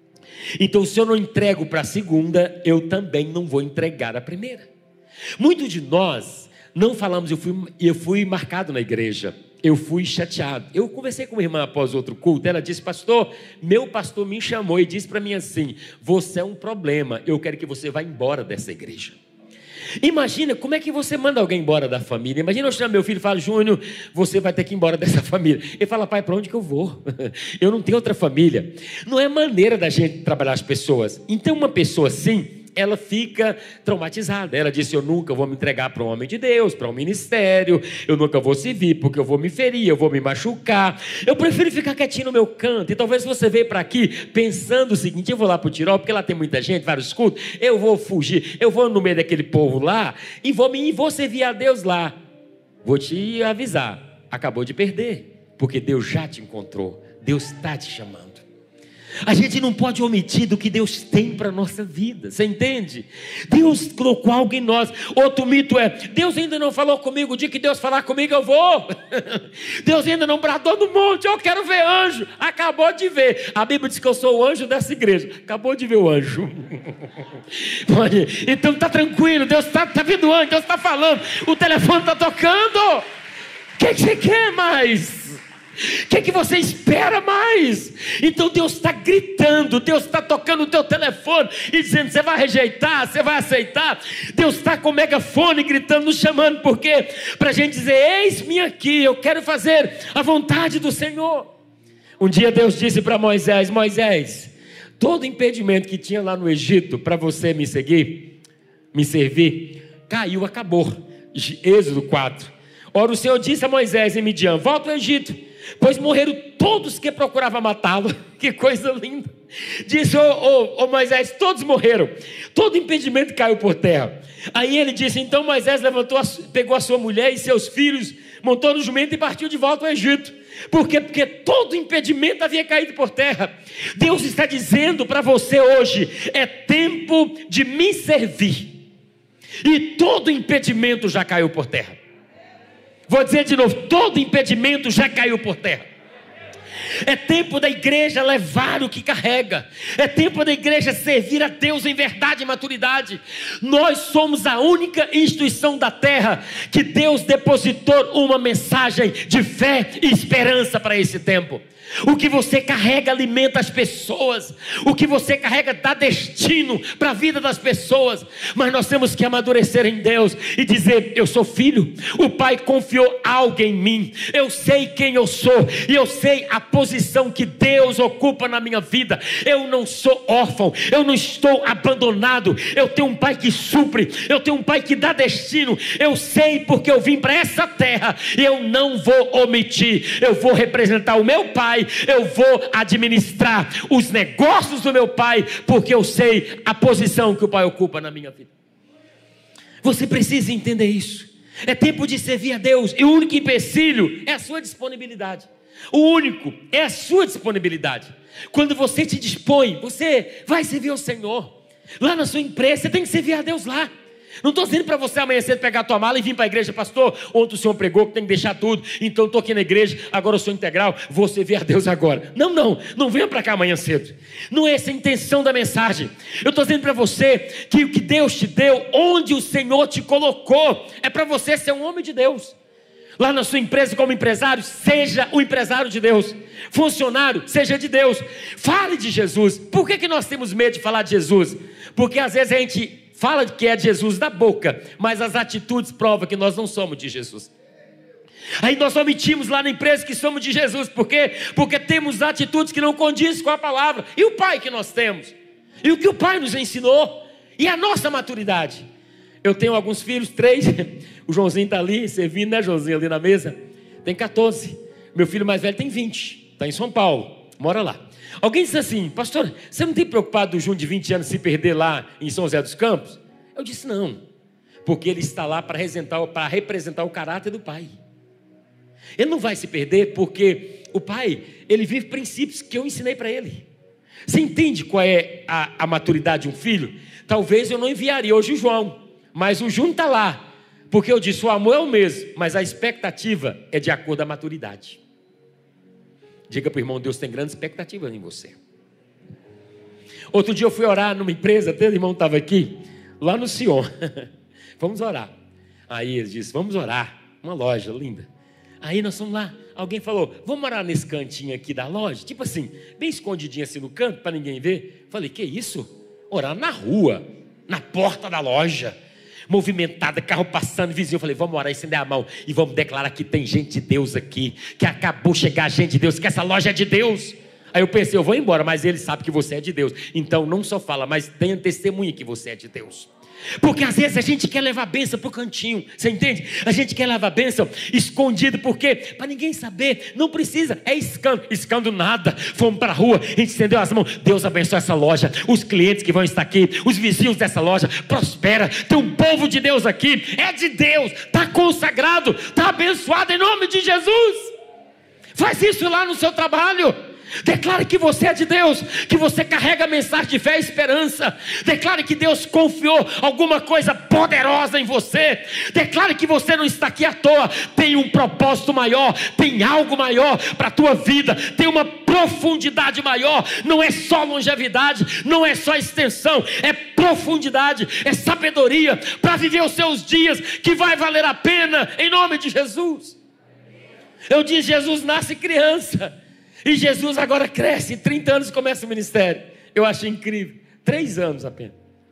Então, se eu não entrego para a segunda, eu também não vou entregar a primeira. Muitos de nós não falamos: eu fui, eu fui marcado na igreja, eu fui chateado. Eu conversei com uma irmã após outro culto, ela disse: pastor, meu pastor me chamou e disse para mim assim: você é um problema, eu quero que você vá embora dessa igreja. Imagina, como é que você manda alguém embora da família? Imagina eu chamar meu filho e falar: Júnior, você vai ter que ir embora dessa família. Ele fala: pai, para onde que eu vou? Eu não tenho outra família. Não é maneira da gente trabalhar as pessoas. Então uma pessoa assim, ela fica traumatizada. Ela disse: eu nunca vou me entregar para um homem de Deus, para um ministério, eu nunca vou servir, porque eu vou me ferir, eu vou me machucar, eu prefiro ficar quietinho no meu canto. E talvez você veio para aqui pensando o seguinte: eu vou lá para o Tirol, porque lá tem muita gente, vários cultos, eu vou fugir, eu vou no meio daquele povo lá, e vou, me, e vou servir a Deus lá. Vou te avisar, acabou de perder, porque Deus já te encontrou, Deus está te chamando. A gente não pode omitir do que Deus tem para a nossa vida, você entende? Deus colocou algo em nós. Outro mito é, Deus ainda não falou comigo, o dia que Deus falar comigo eu vou. Deus ainda não bradou no monte, eu quero ver anjo. Acabou de ver. A Bíblia diz que eu sou o anjo dessa igreja. Acabou de ver o anjo. Pode. Então está tranquilo, Deus está tá vendo o anjo, Deus está falando, o telefone está tocando. O que, que você quer mais? O que, que você espera mais? Então Deus está gritando, Deus está tocando o teu telefone e dizendo, você vai rejeitar, você vai aceitar. Deus está com o megafone gritando, nos chamando, porque para a gente dizer, eis-me aqui, eu quero fazer a vontade do Senhor. Um dia Deus disse para Moisés, Moisés, todo impedimento que tinha lá no Egito para você me seguir, me servir, caiu, acabou. Êxodo quatro. Ora, o Senhor disse a Moisés em Midian, volta ao Egito, pois morreram todos que procuravam matá-lo. Que coisa linda. Disse, ô oh, oh, oh, Moisés, todos morreram, todo impedimento caiu por terra. Aí ele disse, então Moisés levantou, a, pegou a sua mulher e seus filhos, montou no jumento e partiu de volta ao Egito. Por quê? Porque todo impedimento havia caído por terra. Deus está dizendo para você hoje, é tempo de me servir, e todo impedimento já caiu por terra. Vou dizer de novo, todo impedimento já caiu por terra. É tempo da igreja levar o que carrega. É tempo da igreja servir a Deus em verdade e maturidade. Nós somos a única instituição da terra que Deus depositou uma mensagem de fé e esperança para esse tempo. O que você carrega alimenta as pessoas. O que você carrega dá destino para a vida das pessoas. Mas nós temos que amadurecer em Deus e dizer, eu sou filho, o Pai confiou algo em mim, eu sei quem eu sou, e eu sei a posição que Deus ocupa na minha vida. Eu não sou órfão, eu não estou abandonado, eu tenho um Pai que supre, eu tenho um Pai que dá destino. Eu sei porque eu vim para essa terra, e eu não vou omitir, eu vou representar o meu Pai, eu vou administrar os negócios do meu Pai, porque eu sei a posição que o Pai ocupa na minha vida. Você precisa entender isso. É tempo de servir a Deus, e o único empecilho é a sua disponibilidade. O único é a sua disponibilidade. Quando você te dispõe, você vai servir ao Senhor. Lá na sua empresa, você tem que servir a Deus lá. Não estou dizendo para você amanhã cedo pegar a tua mala e vir para a igreja, pastor, ontem o senhor pregou que tem que deixar tudo, então estou aqui na igreja, agora eu sou integral, vou servir a Deus agora. Não, não, não venha para cá amanhã cedo. Não é essa a intenção da mensagem. Eu estou dizendo para você que o que Deus te deu, onde o Senhor te colocou, é para você ser um homem de Deus. Lá na sua empresa como empresário, seja o empresário de Deus. Funcionário, seja de Deus. Fale de Jesus. Por que que nós temos medo de falar de Jesus? Porque às vezes a gente fala que é de Jesus da boca, mas as atitudes provam que nós não somos de Jesus. Aí nós omitimos lá na empresa que somos de Jesus. Por quê? Porque temos atitudes que não condizem com a palavra. E o Pai que nós temos? E o que o Pai nos ensinou? E a nossa maturidade? Eu tenho alguns filhos, três. O Joãozinho está ali, servindo, né, Joãozinho, ali na mesa. Tem quatorze. Meu filho mais velho tem vinte. Está em São Paulo, mora lá. Alguém disse assim, pastor, você não tem preocupado do Júnior de vinte anos se perder lá em São José dos Campos? Eu disse não, porque ele está lá para representar, para representar o caráter do pai. Ele não vai se perder porque o pai, ele vive princípios que eu ensinei para ele. Você entende qual é a, a maturidade de um filho? Talvez eu não enviaria hoje o João, mas o Júnior está lá, porque eu disse, o amor é o mesmo, mas a expectativa é de acordo com a maturidade. Diga para o irmão, Deus tem grande expectativa em você. Outro dia eu fui orar numa empresa, até o irmão estava aqui, lá no Sion. Vamos orar. Aí ele disse, vamos orar. Uma loja linda. Aí nós fomos lá. Alguém falou, vamos orar nesse cantinho aqui da loja? Tipo assim, bem escondidinho assim no canto, para ninguém ver. Falei, que isso? Orar na rua, na porta da loja. Movimentada, carro passando, vizinho. Falei, vamos orar, estender a mão e vamos declarar que tem gente de Deus aqui, que acabou de chegar gente de Deus, que essa loja é de Deus. Aí eu pensei, eu vou embora, mas ele sabe que você é de Deus. Então não só fala, mas tenha testemunha que você é de Deus. Porque às vezes a gente quer levar a bênção para o cantinho, você entende? A gente quer levar a bênção escondido, porque para ninguém saber, não precisa, é escândalo, escândalo nada. Fomos para a rua, a gente estendeu as mãos, Deus abençoe essa loja, os clientes que vão estar aqui, os vizinhos dessa loja, prospera, tem um povo de Deus aqui, é de Deus, está consagrado, está abençoado em nome de Jesus. Faz isso lá no seu trabalho. Declare que você é de Deus, que você carrega a mensagem de fé e esperança. Declare que Deus confiou alguma coisa poderosa em você. Declare que você não está aqui à toa. Tem um propósito maior, tem algo maior para a tua vida, tem uma profundidade maior. Não é só longevidade, não é só extensão, é profundidade, é sabedoria para viver os seus dias, que vai valer a pena, em nome de Jesus. Eu disse, Jesus nasce criança, e Jesus agora cresce, trinta anos começa o ministério. Eu achei incrível, três anos apenas,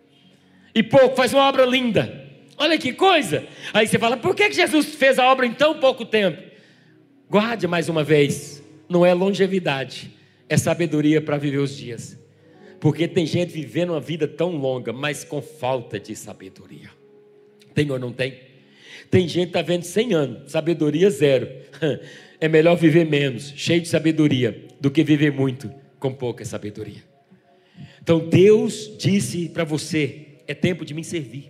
e pouco, faz uma obra linda. Olha que coisa. Aí você fala, por que Jesus fez a obra em tão pouco tempo? Guarde mais uma vez, não é longevidade, é sabedoria para viver os dias. Porque tem gente vivendo uma vida tão longa, mas com falta de sabedoria. Tem ou não tem? Tem gente que está vendo cem anos, sabedoria zero. É melhor viver menos, cheio de sabedoria, do que viver muito com pouca sabedoria. Então Deus disse para você, é tempo de me servir.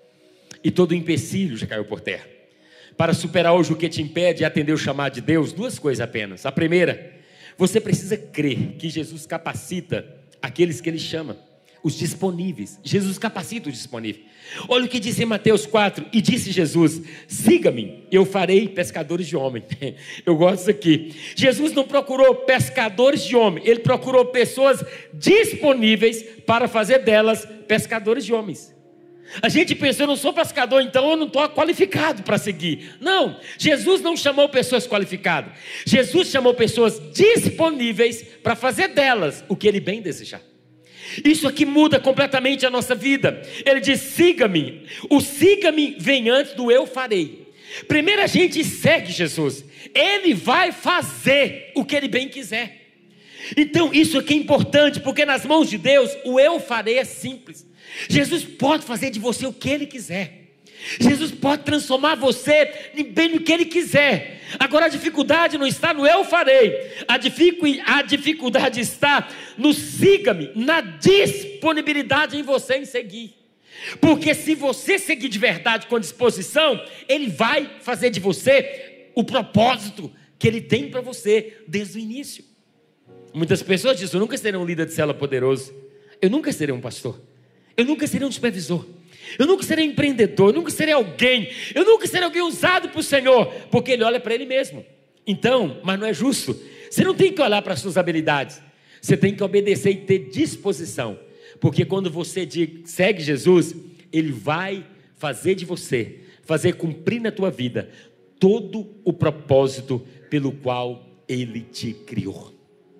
E todo empecilho já caiu por terra. Para superar hoje o que te impede de atender o chamado de Deus, duas coisas apenas. A primeira, você precisa crer que Jesus capacita aqueles que Ele chama, os disponíveis. Jesus capacita os disponíveis. Olha o que diz em Mateus quatro, e disse Jesus, siga-me, eu farei pescadores de homem. Eu gosto disso aqui. Jesus não procurou pescadores de homem, Ele procurou pessoas disponíveis para fazer delas pescadores de homens. A gente pensa, eu não sou pescador, então eu não estou qualificado para seguir. Não, Jesus não chamou pessoas qualificadas. Jesus chamou pessoas disponíveis para fazer delas o que Ele bem desejar. Isso aqui muda completamente a nossa vida. Ele diz, siga-me. O siga-me vem antes do eu farei. Primeiro a gente segue Jesus. Ele vai fazer o que Ele bem quiser. Então isso aqui é importante, porque nas mãos de Deus o eu farei é simples. Jesus pode fazer de você o que Ele quiser. Jesus pode transformar você bem no que Ele quiser. Agora a dificuldade não está no eu farei. A, dificu... a dificuldade está no siga-me, na disponibilidade em você em seguir. Porque se você seguir de verdade com disposição, Ele vai fazer de você o propósito que Ele tem para você desde o início. Muitas pessoas dizem, eu nunca serei um líder de célula poderoso. Eu nunca serei um pastor. Eu nunca serei um supervisor. Eu nunca serei empreendedor, eu nunca serei alguém, eu nunca serei alguém usado por Senhor, porque Ele olha para Ele mesmo. Então, mas não é justo. Você não tem que olhar para as suas habilidades, você tem que obedecer e ter disposição, porque quando você segue Jesus, Ele vai fazer de você, fazer cumprir na tua vida todo o propósito pelo qual Ele te criou.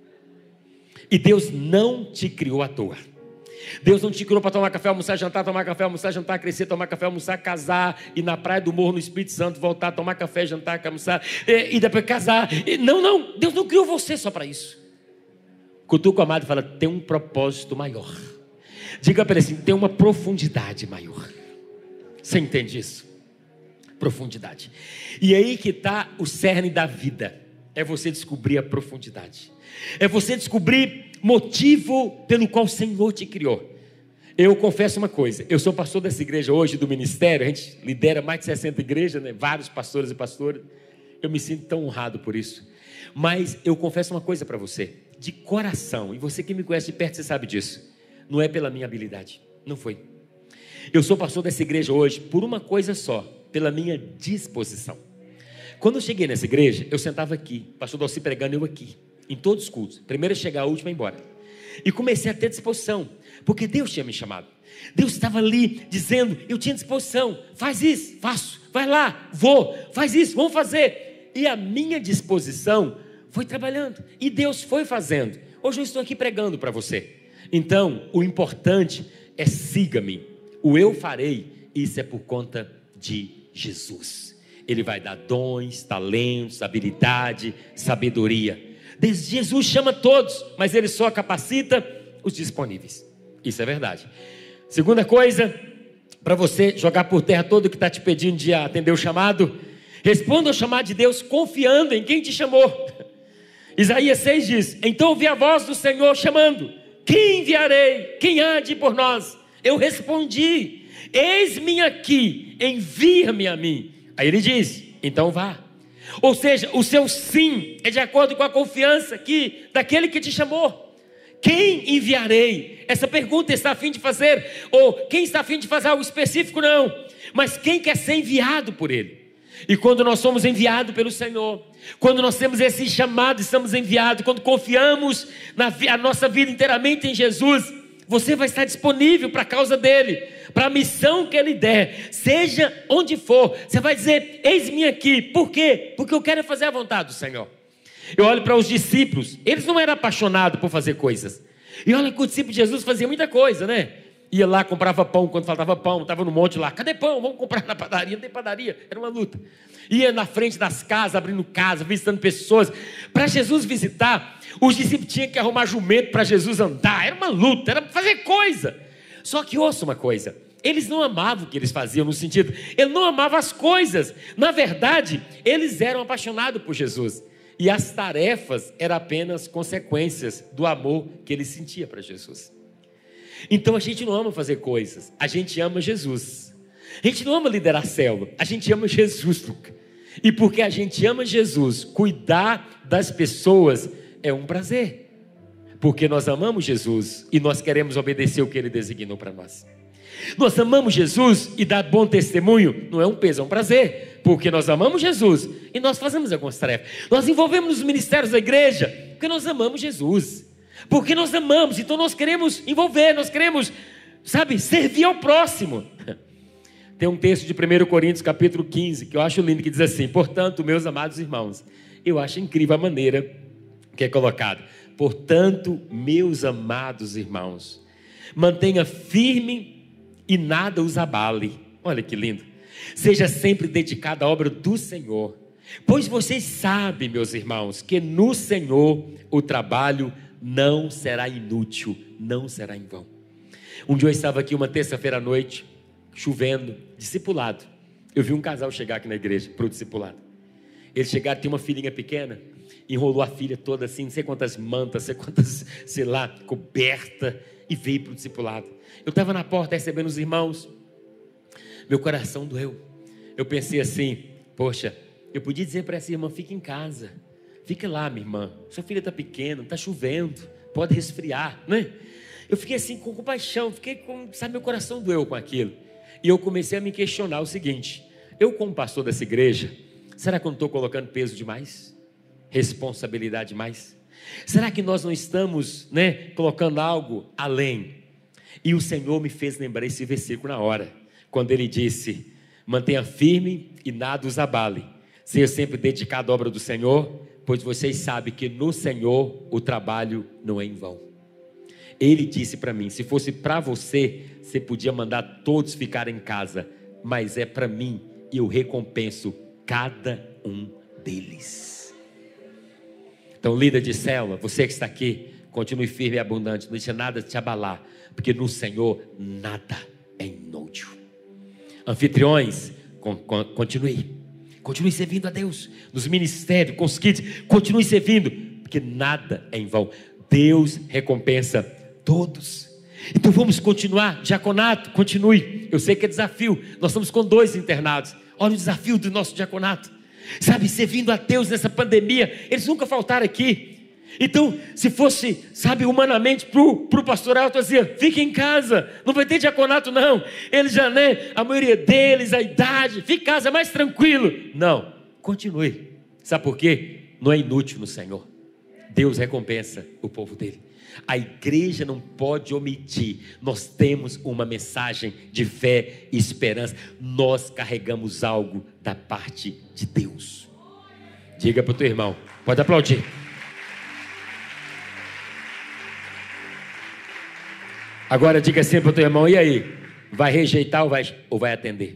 E Deus não te criou à toa. Deus não te criou para tomar café, almoçar, jantar, tomar café, almoçar, jantar, crescer, tomar café, almoçar, casar, ir na praia do Morro no Espírito Santo, voltar, tomar café, jantar, almoçar, e, e depois casar. E, não, não, Deus não criou você só para isso. Cutuca o amado e fala, tem um propósito maior. Diga para ele assim, tem uma profundidade maior. Você entende isso? Profundidade. E aí que está o cerne da vida, é você descobrir a profundidade. É você descobrir motivo pelo qual o Senhor te criou. Eu confesso uma coisa, eu sou pastor dessa igreja hoje, do ministério, a gente lidera mais de sessenta igrejas, né? Vários pastores e pastoras, eu me sinto tão honrado por isso, mas eu confesso uma coisa para você, de coração, e você que me conhece de perto, você sabe disso, não é pela minha habilidade, não foi. Eu sou pastor dessa igreja hoje, por uma coisa só, pela minha disposição. Quando eu cheguei nessa igreja, eu sentava aqui, pastor Dalci pregando, eu aqui, em todos os cultos, primeiro a chegar, a última a ir embora, e comecei a ter disposição, porque Deus tinha me chamado, Deus estava ali dizendo, eu tinha disposição, faz isso, faço, vai lá, vou, faz isso, vamos fazer, e a minha disposição foi trabalhando, e Deus foi fazendo. Hoje eu estou aqui pregando para você. Então o importante é siga-me, o eu farei, isso é por conta de Jesus. Ele vai dar dons, talentos, habilidade, sabedoria. Jesus chama todos, mas Ele só capacita os disponíveis. Isso é verdade. Segunda coisa, para você jogar por terra todo o que está te pedindo de atender o chamado, responda ao chamado de Deus confiando em quem te chamou. Isaías seis diz, então ouvi a voz do Senhor chamando, quem enviarei? Quem há de ir por nós? Eu respondi, eis-me aqui, envia-me a mim. Aí Ele diz, então vá. Ou seja, o seu sim é de acordo com a confiança que, daquele que te chamou. Quem enviarei? Essa pergunta está a fim de fazer, ou quem está a fim de fazer algo específico? Não, mas quem quer ser enviado por Ele. E quando nós somos enviados pelo Senhor, quando nós temos esse chamado, estamos enviados, quando confiamos na vi- a nossa vida inteiramente em Jesus, você vai estar disponível para a causa dEle, para a missão que Ele der, seja onde for. Você vai dizer, eis-me aqui. Por quê? Porque eu quero fazer a vontade do Senhor. Eu olho para os discípulos, eles não eram apaixonados por fazer coisas. E olha que o discípulo de Jesus fazia muita coisa, né? Ia lá, comprava pão quando faltava pão, estava no monte lá, cadê pão? Vamos comprar na padaria, não tem padaria, era uma luta. Ia na frente das casas, abrindo casa, visitando pessoas. Para Jesus visitar, os discípulos tinham que arrumar jumento para Jesus andar, era uma luta, era fazer coisa. Só que ouça uma coisa, eles não amavam o que eles faziam, no sentido, eles não amavam as coisas. Na verdade, eles eram apaixonados por Jesus. E as tarefas eram apenas consequências do amor que ele sentia para Jesus. Então a gente não ama fazer coisas, a gente ama Jesus. A gente não ama liderar a célula, a gente ama Jesus, Luca. E porque a gente ama Jesus, cuidar das pessoas é um prazer. Porque nós amamos Jesus e nós queremos obedecer o que Ele designou para nós. Nós amamos Jesus e dar bom testemunho não é um peso, é um prazer. Porque nós amamos Jesus e nós fazemos algumas tarefas. Nós envolvemos nos ministérios da igreja porque nós amamos Jesus. Porque nós amamos, então nós queremos envolver, nós queremos, sabe, servir ao próximo. Tem um texto de primeiro Coríntios capítulo quinze, que eu acho lindo, que diz assim: portanto, meus amados irmãos, eu acho incrível a maneira que é colocado. Portanto, meus amados irmãos, mantenha firme e nada os abale. Olha que lindo. Seja sempre dedicado à obra do Senhor, pois vocês sabem, meus irmãos, que no Senhor o trabalho não será inútil, não será em vão. Um dia eu estava aqui uma terça-feira à noite, chovendo, discipulado. Eu vi um casal chegar aqui na igreja para o discipulado. Eles chegaram, tinha uma filhinha pequena, enrolou a filha toda assim, não sei quantas mantas, não sei quantas, sei lá, coberta, e veio para o discipulado. Eu estava na porta recebendo os irmãos, meu coração doeu. Eu pensei assim, poxa, eu podia dizer para essa irmã, fica em casa, fica lá, minha irmã, sua filha está pequena, está chovendo, pode resfriar, né? Eu fiquei assim com compaixão, fiquei com, sabe, meu coração doeu com aquilo. E eu comecei a me questionar o seguinte: eu como pastor dessa igreja, será que eu não estou colocando peso demais? Responsabilidade demais? Será que nós não estamos, né, colocando algo além? E o Senhor me fez lembrar esse versículo na hora, quando Ele disse: mantenha firme e nada os abale, seja sempre dedicado à obra do Senhor, pois vocês sabem que no Senhor o trabalho não é em vão. Ele disse para mim, se fosse para você, você podia mandar todos ficarem em casa, mas é para mim e eu recompenso cada um deles. Então, líder de célula, você que está aqui, continue firme e abundante, não deixe nada te abalar, porque no Senhor nada é inútil. Anfitriões, con, con, continue, continue servindo a Deus, nos ministérios, com os kids, continue servindo, porque nada é em vão. Deus recompensa todos. Então vamos continuar. Diaconato, continue. Eu sei que é desafio, nós estamos com dois internados. Olha o desafio do nosso diaconato, sabe, servindo a Deus nessa pandemia. Eles nunca faltaram aqui. Então, se fosse, sabe, humanamente para o pastoral, eu dizia, fique em casa, não vai ter diaconato não. Eles já, né, a maioria deles, a idade, fique em casa, é mais tranquilo. Não, continue. Sabe por quê? Não é inútil no Senhor. Deus recompensa o povo dele. A igreja não pode omitir. Nós temos uma mensagem de fé e esperança. Nós carregamos algo da parte de Deus. Diga para o teu irmão, pode aplaudir. Agora diga assim para o teu irmão, e aí? Vai rejeitar ou vai, ou vai atender?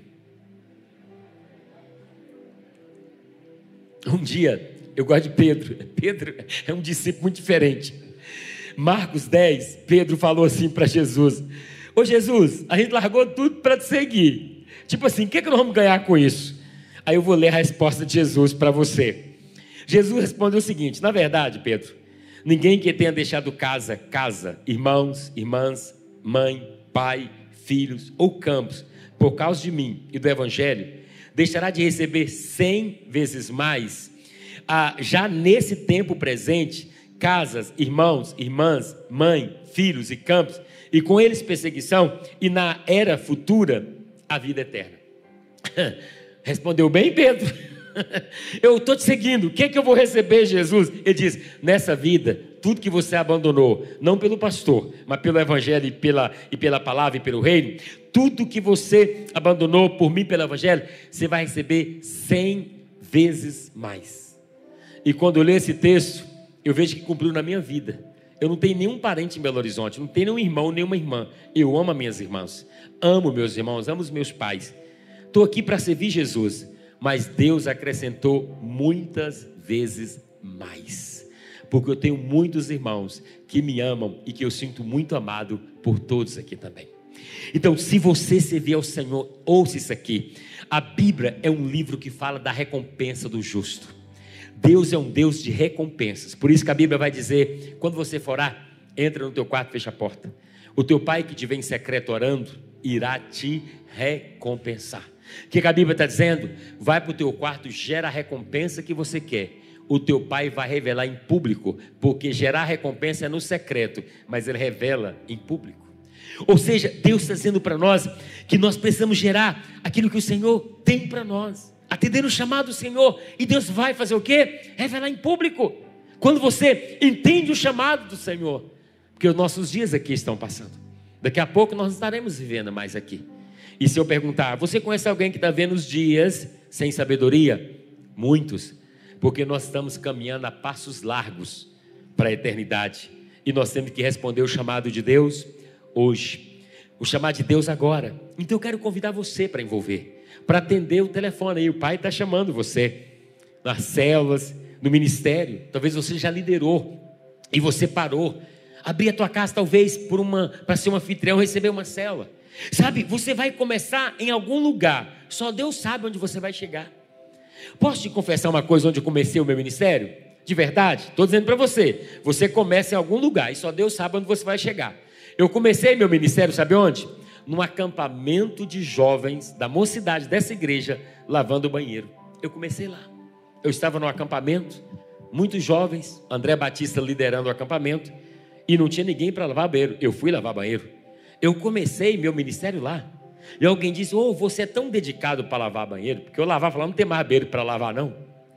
Um dia, eu gosto de Pedro. Pedro é um discípulo muito diferente. Marcos dez, Pedro falou assim para Jesus: ô Jesus, a gente largou tudo para te seguir. Tipo assim, o que, é que nós vamos ganhar com isso? Aí eu vou ler a resposta de Jesus para você. Jesus respondeu o seguinte: na verdade, Pedro, ninguém que tenha deixado casa, casa, irmãos, irmãs, mãe, pai, filhos ou campos, por causa de mim e do evangelho, deixará de receber cem vezes mais. Ah, já nesse tempo presente, casas, irmãos, irmãs, mãe, filhos e campos, e com eles perseguição, e na era futura, a vida eterna. Respondeu bem, Pedro? Eu estou te seguindo, o que é que eu vou receber, Jesus? Ele diz, nessa vida, tudo que você abandonou, não pelo pastor, mas pelo evangelho e pela, e pela palavra e pelo reino, tudo que você abandonou por mim pelo evangelho, você vai receber cem vezes mais. E quando eu leio esse texto, eu vejo que cumpriu na minha vida. Eu não tenho nenhum parente em Belo Horizonte, não tenho nenhum irmão, nenhuma irmã. Eu amo as minhas irmãs, amo meus irmãos, amo os meus pais. Estou aqui para servir Jesus, mas Deus acrescentou muitas vezes mais, porque eu tenho muitos irmãos que me amam e que eu sinto muito amado por todos aqui também. Então, se você servir ao Senhor, ouça isso aqui. A Bíblia é um livro que fala da recompensa do justo. Deus é um Deus de recompensas. Por isso que a Bíblia vai dizer, quando você for orar, entra no teu quarto, fecha a porta. O teu pai que te vem em secreto orando, irá te recompensar. O que a Bíblia está dizendo? Vai para o teu quarto, gera a recompensa que você quer. O teu pai vai revelar em público, porque gerar recompensa é no secreto, mas ele revela em público. Ou seja, Deus está dizendo para nós que nós precisamos gerar aquilo que o Senhor tem para nós, atender o chamado do Senhor, e Deus vai fazer o quê? Revelar em público. Quando você entende o chamado do Senhor, porque os nossos dias aqui estão passando, daqui a pouco nós estaremos vivendo mais aqui. E se eu perguntar, você conhece alguém que está vendo os dias sem sabedoria? Muitos, porque nós estamos caminhando a passos largos para a eternidade, e nós temos que responder o chamado de Deus hoje, o chamado de Deus agora. Então eu quero convidar você para envolver, para atender o telefone aí, o pai está chamando você, nas células, no ministério. Talvez você já liderou, e você parou, abrir a tua casa talvez por uma, para ser um anfitrião, receber uma célula. Sabe, você vai começar em algum lugar, só Deus sabe onde você vai chegar. Posso te confessar uma coisa onde eu comecei o meu ministério? De verdade, estou dizendo para você, você começa em algum lugar, e só Deus sabe onde você vai chegar. Eu comecei meu ministério, sabe onde? Num acampamento de jovens da mocidade dessa igreja, lavando o banheiro. Eu comecei lá. Eu estava no acampamento, muitos jovens, André Batista liderando o acampamento, e não tinha ninguém para lavar banheiro. Eu fui lavar banheiro. Eu comecei meu ministério lá. E alguém disse, oh, você é tão dedicado para lavar banheiro, porque eu lavava lá, não tem mais banheiro para lavar não.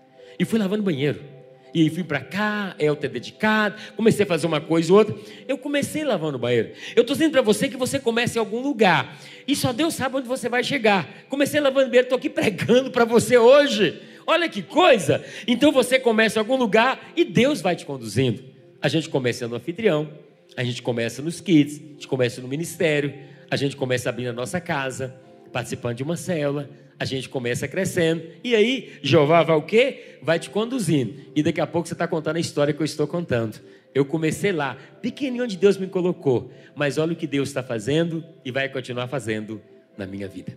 E fui lavando banheiro. E fui para cá, eu ter dedicado, comecei a fazer uma coisa ou outra. Eu comecei lavando banheiro. Eu estou dizendo para você que você comece em algum lugar, e só Deus sabe onde você vai chegar. Comecei lavando banheiro, estou aqui pregando para você hoje. Olha que coisa. Então você começa em algum lugar e Deus vai te conduzindo. A gente começa no anfitrião, a gente começa nos kids, a gente começa no ministério, a gente começa abrindo a nossa casa, participando de uma célula, a gente começa crescendo, e aí Jeová vai o quê? Vai te conduzindo, e daqui a pouco você está contando a história que eu estou contando. Eu comecei lá, pequenininho onde Deus me colocou, mas olha o que Deus está fazendo e vai continuar fazendo na minha vida.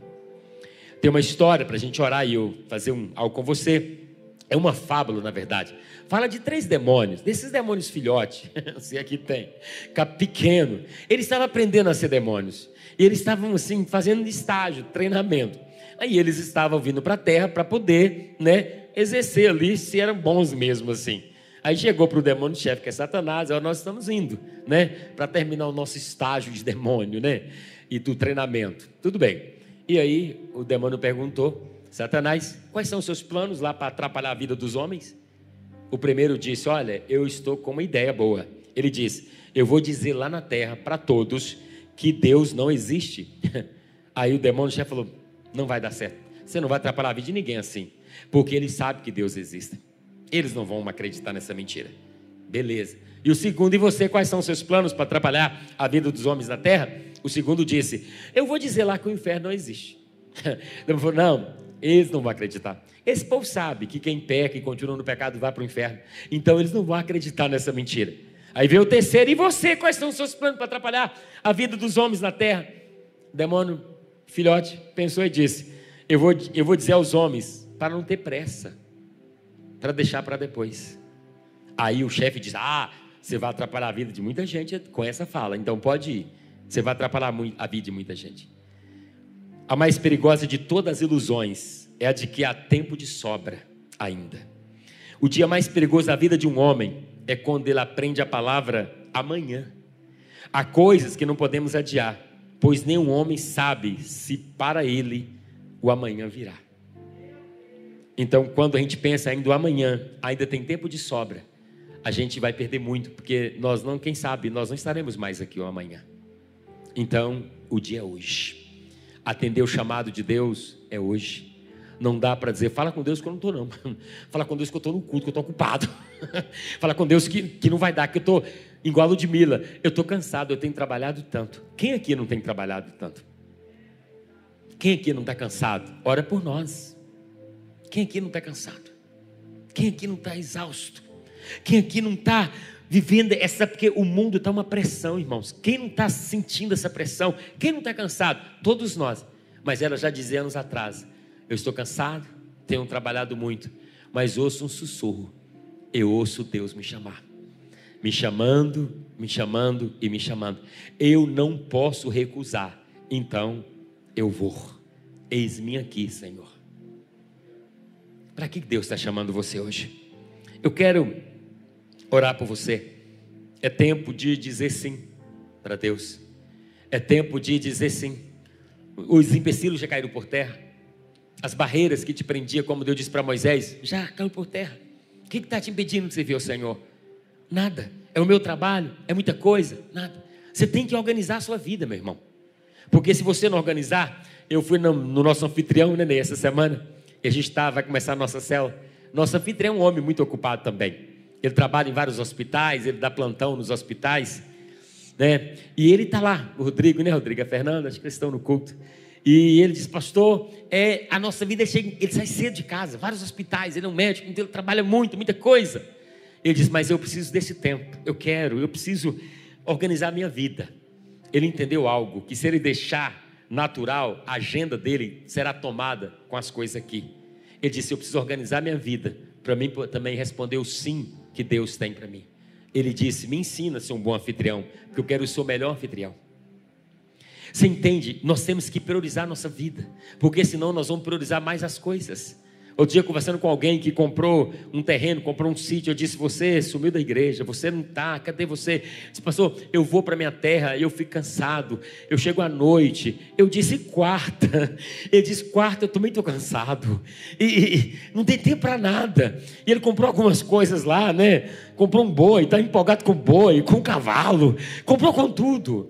Tem uma história para a gente orar e eu fazer um, algo com você. É uma fábula, na verdade. Fala de três demônios, desses demônios filhote, se aqui tem, pequeno. Eles estavam aprendendo a ser demônios. E eles estavam assim, fazendo estágio, treinamento. Aí eles estavam vindo para a terra para poder, né, exercer ali, se eram bons mesmo assim. Aí chegou para o demônio-chefe, que é Satanás, ó, nós estamos indo, né, para terminar o nosso estágio de demônio, né, e do treinamento. Tudo bem. E aí o demônio perguntou, Satanás, quais são os seus planos lá para atrapalhar a vida dos homens? O primeiro disse, olha, eu estou com uma ideia boa. Ele disse, eu vou dizer lá na terra para todos que Deus não existe. Aí o demônio-chefe falou, não vai dar certo. Você não vai atrapalhar a vida de ninguém assim, porque eles sabem que Deus existe. Eles não vão acreditar nessa mentira. Beleza. E o segundo, e você, quais são os seus planos para atrapalhar a vida dos homens na terra? O segundo disse, eu vou dizer lá que o inferno não existe. Ele falou, não, eles não vão acreditar. Esse povo sabe que quem peca e continua no pecado vai para o inferno. Então eles não vão acreditar nessa mentira. Aí veio o terceiro, e você, quais são os seus planos para atrapalhar a vida dos homens na terra? O demônio, filhote, pensou e disse, eu vou, eu vou dizer aos homens, para não ter pressa, para deixar para depois. Aí o chefe diz, ah, você vai atrapalhar a vida de muita gente com essa fala, então pode ir, você vai atrapalhar a vida de muita gente. A mais perigosa de todas as ilusões é a de que há tempo de sobra ainda. O dia mais perigoso da vida de um homem é quando ele aprende a palavra amanhã. Há coisas que não podemos adiar, pois nenhum homem sabe se para ele o amanhã virá. Então, quando a gente pensa ainda o amanhã, ainda tem tempo de sobra, a gente vai perder muito, porque nós não, quem sabe, nós não estaremos mais aqui o amanhã. Então, o dia é hoje. Atender o chamado de Deus é hoje. Não dá para dizer, fala com Deus que eu não estou não. Fala com Deus que eu estou no culto, que eu estou ocupado. Fala com Deus que, que não vai dar, que eu estou igual a Ludmila. Eu estou cansado, eu tenho trabalhado tanto. Quem aqui não tem trabalhado tanto? Quem aqui não está cansado? Ora por nós. Quem aqui não está cansado? Quem aqui não está exausto? Quem aqui não está vivendo essa... Porque o mundo está uma pressão, irmãos. Quem não está sentindo essa pressão? Quem não está cansado? Todos nós. Mas ela já dizia anos atrás, eu estou cansado, tenho trabalhado muito, mas ouço um sussurro. Eu ouço Deus me chamar. Me chamando, me chamando e me chamando. Eu não posso recusar. Então, eu vou. Eis-me aqui, Senhor. Para que Deus está chamando você hoje? Eu quero orar por você. É tempo de dizer sim para Deus. É tempo de dizer sim. Os empecilhos já caíram por terra. As barreiras que te prendiam, como Deus disse para Moisés, já caíram por terra. O que está te impedindo de servir ao Senhor? Nada. É o meu trabalho? É muita coisa? Nada. Você tem que organizar a sua vida, meu irmão. Porque se você não organizar... Eu fui no, no nosso anfitrião, né, essa semana, e a gente tá, vai começar a nossa célula. Nosso anfitrião é um homem muito ocupado também. Ele trabalha em vários hospitais, ele dá plantão nos hospitais, né? E ele está lá, o Rodrigo, né, Rodrigo? A Fernanda, acho que eles estão no culto. E ele diz, pastor, é, a nossa vida chega, ele sai cedo de casa, vários hospitais, ele é um médico, então ele trabalha muito, muita coisa. Ele diz, mas eu preciso desse tempo, eu quero, eu preciso organizar a minha vida. Ele entendeu algo, que se ele deixar natural, a agenda dele será tomada com as coisas aqui. Ele disse, eu preciso organizar minha vida, para mim também responder o sim que Deus tem para mim. Ele disse, me ensina a ser um bom anfitrião, porque eu quero ser o melhor anfitrião. Você entende? Nós temos que priorizar a nossa vida, porque senão nós vamos priorizar mais as coisas. Outro dia, conversando com alguém que comprou um terreno, comprou um sítio, eu disse, você sumiu da igreja, você não está, cadê você? Ele disse, pastor, eu vou para minha terra, eu fico cansado, eu chego à noite. Eu disse, quarta. Ele disse, quarta, eu também estou cansado, e, e não tem tempo para nada. E ele comprou algumas coisas lá, né? Comprou um boi, está empolgado com o boi, com o cavalo, comprou com tudo.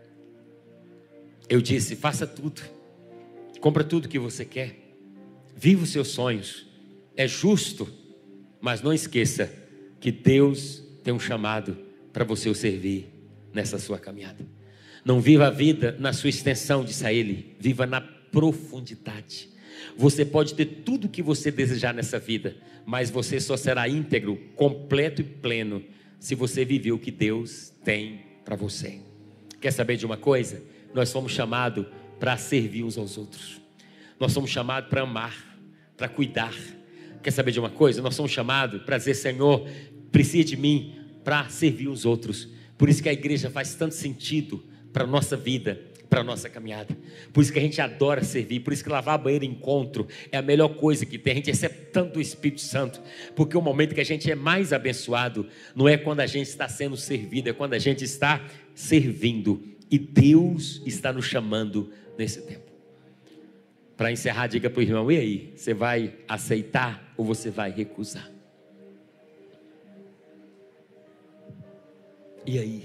Eu disse, faça tudo, compra tudo que você quer. Viva os seus sonhos, é justo, mas não esqueça que Deus tem um chamado para você o servir nessa sua caminhada. Não viva a vida na sua extensão, disse a ele, viva na profundidade. Você pode ter tudo o que você desejar nessa vida, mas você só será íntegro, completo e pleno, se você viver o que Deus tem para você. Quer saber de uma coisa? Nós fomos chamados para servir uns aos outros. Nós somos chamados para amar, para cuidar. Quer saber de uma coisa? Nós somos chamados para dizer, Senhor, precisa de mim para servir os outros. Por isso que a igreja faz tanto sentido para a nossa vida, para a nossa caminhada. Por isso que a gente adora servir, por isso que lavar banheiro em encontro é a melhor coisa que tem. A gente recebe tanto do Espírito Santo, porque o momento que a gente é mais abençoado não é quando a gente está sendo servido, é quando a gente está servindo. E Deus está nos chamando nesse tempo. Para encerrar, diga para o irmão, e aí? Você vai aceitar ou você vai recusar? E aí?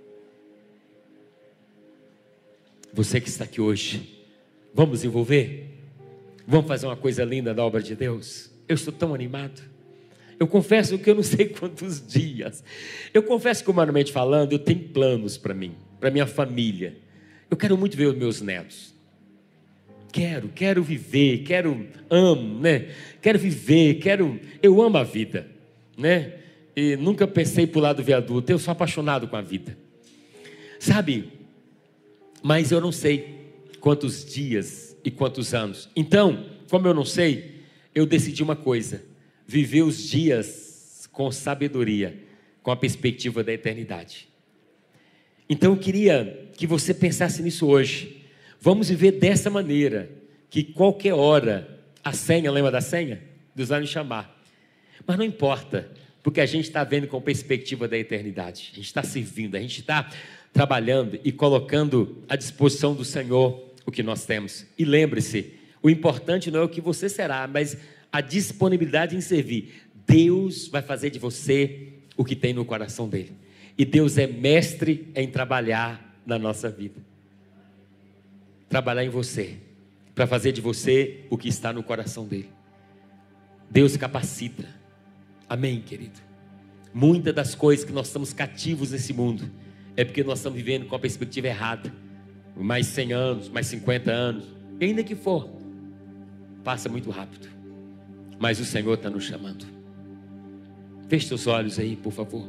Você que está aqui hoje, vamos envolver? Vamos fazer uma coisa linda da obra de Deus? Eu estou tão animado. Eu confesso que eu não sei quantos dias. Eu confesso que, humanamente falando, eu tenho planos para mim, para minha família. Eu quero muito ver os meus netos. Quero, quero viver, quero, amo, né? Quero viver, quero, eu amo a vida, né? E nunca pensei pular do viaduto, eu sou apaixonado com a vida. Sabe, mas eu não sei quantos dias e quantos anos. Então, como eu não sei, eu decidi uma coisa, viver os dias com sabedoria, com a perspectiva da eternidade. Então eu queria que você pensasse nisso hoje. Vamos viver dessa maneira, que qualquer hora, a senha, lembra da senha? Deus vai nos chamar. Mas não importa, porque a gente está vendo com perspectiva da eternidade. A gente está servindo, a gente está trabalhando e colocando à disposição do Senhor o que nós temos. E lembre-se, o importante não é o que você será, mas a disponibilidade em servir. Deus vai fazer de você o que tem no coração dele. E Deus é mestre em trabalhar na nossa vida. Trabalhar em você, para fazer de você o que está no coração dele. Deus capacita. Amém, querido? Muitas das coisas que nós estamos cativos nesse mundo é porque nós estamos vivendo com a perspectiva errada. Mais cem anos, mais cinquenta anos, e ainda que for, passa muito rápido. Mas o Senhor está nos chamando. Feche seus olhos aí, por favor.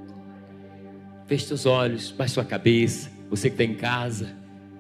Feche seus olhos, baixe sua cabeça. Você que está em casa.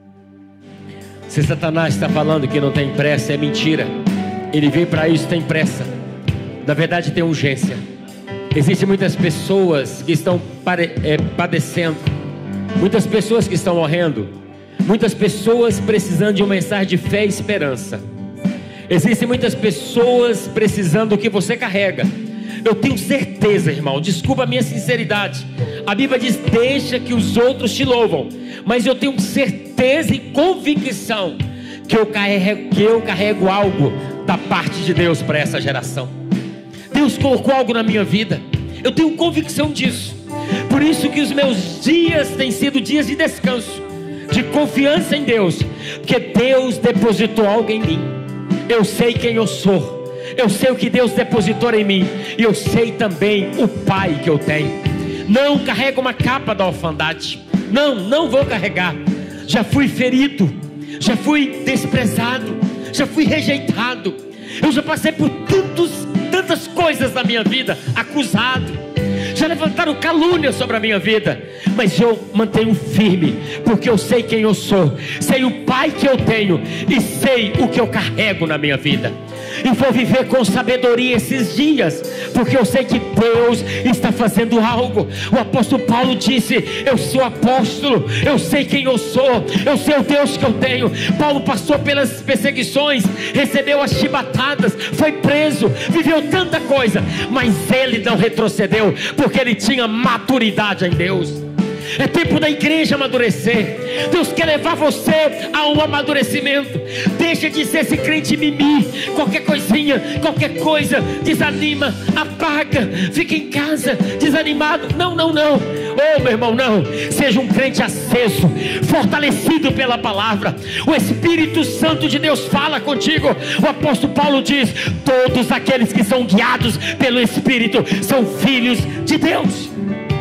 Se Satanás está falando que não tem pressa, é mentira. Ele veio para isso, tem pressa. Na verdade tem urgência. Existem muitas pessoas que estão é, padecendo. Muitas pessoas que estão morrendo. Muitas pessoas precisando de uma mensagem de fé e esperança. Existem muitas pessoas precisando do que você carrega. Eu tenho certeza, irmão, desculpa a minha sinceridade. A Bíblia diz, deixa que os outros te louvam. Mas eu tenho certeza e convicção que eu carrego, que eu carrego algo da parte de Deus para essa geração. Deus colocou algo na minha vida. Eu tenho convicção disso. Por isso que os meus dias têm sido dias de descanso, de confiança em Deus, porque Deus depositou algo em mim. Eu sei quem eu sou. Eu sei o que Deus depositou em mim. E eu sei também o Pai que eu tenho. Não carrego uma capa da orfandade. Não, não vou carregar. Já fui ferido. Já fui desprezado. Já fui rejeitado. Eu já passei por tantos, tantas coisas na minha vida. Acusado. Já levantaram calúnia sobre a minha vida. Mas eu mantenho firme. Porque eu sei quem eu sou. Sei o Pai que eu tenho. E sei o que eu carrego na minha vida. E vou viver com sabedoria esses dias, porque eu sei que Deus está fazendo algo. O apóstolo Paulo disse, eu sou apóstolo, eu sei quem eu sou, eu sei o Deus que eu tenho. Paulo passou pelas perseguições, recebeu as chibatadas, foi preso, viveu tanta coisa, mas ele não retrocedeu, porque ele tinha maturidade em Deus. É tempo da igreja amadurecer. Deus quer levar você a um amadurecimento. Deixa de ser esse crente mimi. Qualquer coisinha, qualquer coisa desanima, apaga, fica em casa desanimado. Não, não, não. Oh, meu irmão, não. Seja um crente aceso, fortalecido pela palavra. O Espírito Santo de Deus fala contigo. O apóstolo Paulo diz, todos aqueles que são guiados pelo Espírito são filhos de Deus.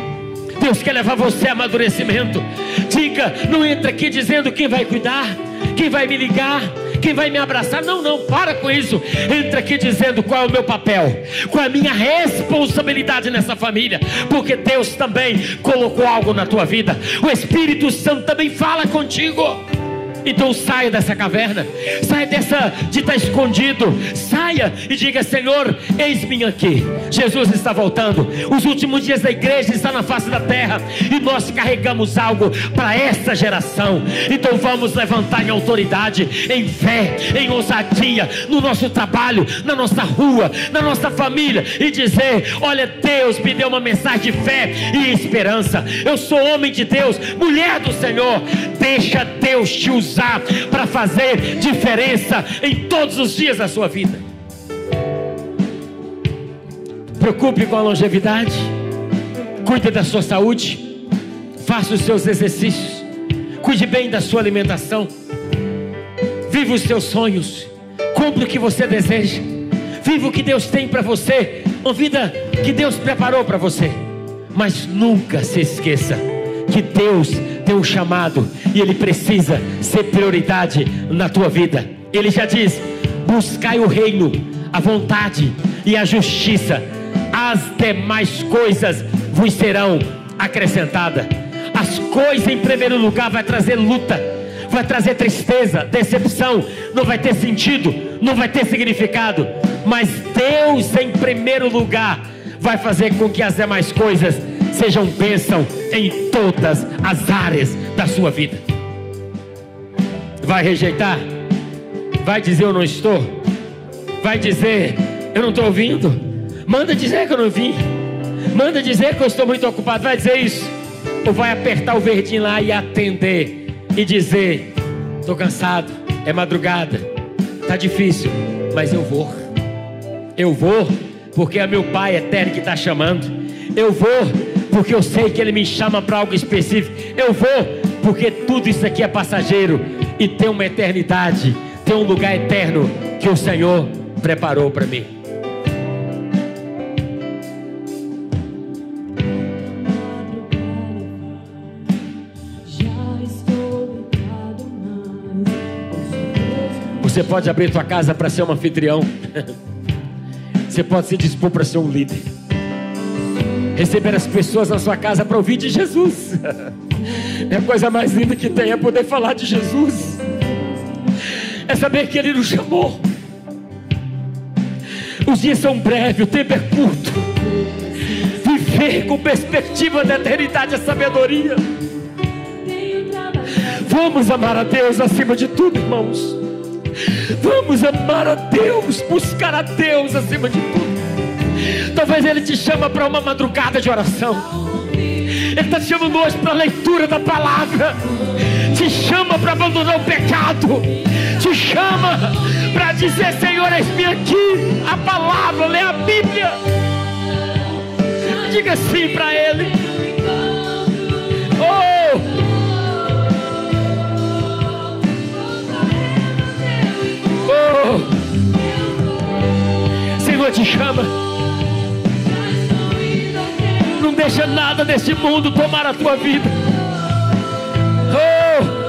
Deus quer levar você a amadurecimento. Diga, não entra aqui dizendo quem vai cuidar, quem vai me ligar, quem vai me abraçar. Não, não, para com isso. Entra aqui dizendo qual é o meu papel, qual é a minha responsabilidade nessa família, porque Deus também colocou algo na tua vida. O Espírito Santo também fala contigo. Então saia dessa caverna, saia dessa de estar escondido, saia e diga, Senhor, eis-me aqui. Jesus está voltando, os últimos dias da igreja estão na face da terra, e nós carregamos algo para essa geração. Então vamos levantar em autoridade, em fé, em ousadia, no nosso trabalho, na nossa rua, na nossa família, e dizer, olha, Deus me deu uma mensagem de fé e esperança. Eu sou homem de Deus, mulher do Senhor. Deixa Deus te usar para fazer diferença em todos os dias da sua vida. Preocupe com a longevidade, cuide da sua saúde, faça os seus exercícios, cuide bem da sua alimentação, viva os seus sonhos, cumpra o que você deseja, viva o que Deus tem para você, uma vida que Deus preparou para você. Mas nunca se esqueça que Deus tem um chamado e Ele precisa ser prioridade na tua vida. Ele já diz, buscai o reino, a vontade e a justiça, as demais coisas vos serão acrescentadas. As coisas em primeiro lugar vai trazer luta, vai trazer tristeza, decepção, não vai ter sentido, não vai ter significado. Mas Deus em primeiro lugar vai fazer com que as demais coisas sejam bênção em todas as áreas da sua vida. Vai rejeitar? Vai dizer eu não estou? Vai dizer eu não estou ouvindo? Manda dizer que eu não vim. Manda dizer que eu estou muito ocupado. Vai dizer isso? Ou vai apertar o verdinho lá e atender e dizer: estou cansado, é madrugada, está difícil, mas eu vou. Eu vou porque é meu Pai eterno que está chamando. Eu vou porque eu sei que Ele me chama para algo específico. Eu vou porque tudo isso aqui é passageiro e tem uma eternidade, tem um lugar eterno que o Senhor preparou para mim. Você pode abrir tua casa para ser um anfitrião. Você pode se dispor para ser um líder. Receber as pessoas na sua casa para ouvir de Jesus. É a coisa mais linda que tem, é poder falar de Jesus. É saber que Ele nos chamou. Os dias são breves, o tempo é curto. Viver com perspectiva da eternidade é sabedoria. Vamos amar a Deus acima de tudo, irmãos. Vamos amar a Deus, buscar a Deus acima de tudo. Talvez Ele te chama para uma madrugada de oração. Ele está te chamando hoje para a leitura da palavra. Te chama para abandonar o pecado. Te chama para dizer: Senhor, eis-me aqui. A palavra, lê a Bíblia. Diga sim para Ele. Oh! Oh! Senhor te chama. Não deixa nada desse mundo tomar a tua vida. Oh!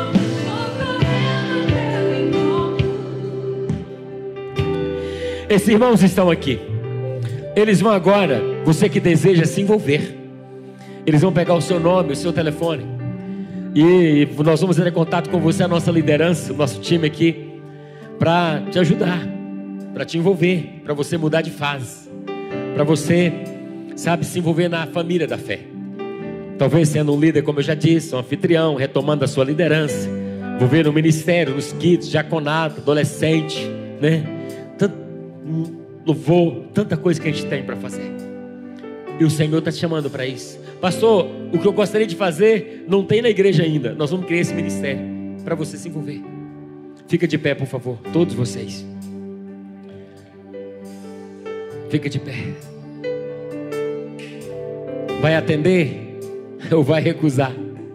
Esses irmãos estão aqui. Eles vão agora, você que deseja se envolver, eles vão pegar o seu nome, o seu telefone, e nós vamos ter contato com você, a nossa liderança, o nosso time aqui, para te ajudar, para te envolver, para você mudar de fase, para você, sabe, se envolver na família da fé. Talvez sendo um líder, como eu já disse, um anfitrião, retomando a sua liderança, envolver no ministério, nos kids, diaconato, adolescente, né? Tanto louvor, tanta coisa que a gente tem para fazer. E o Senhor está te chamando para isso. Pastor, o que eu gostaria de fazer não tem na igreja ainda. Nós vamos criar esse ministério para você se envolver. Fica de pé, por favor, todos vocês. Fica de pé. Vai atender ou vai recusar?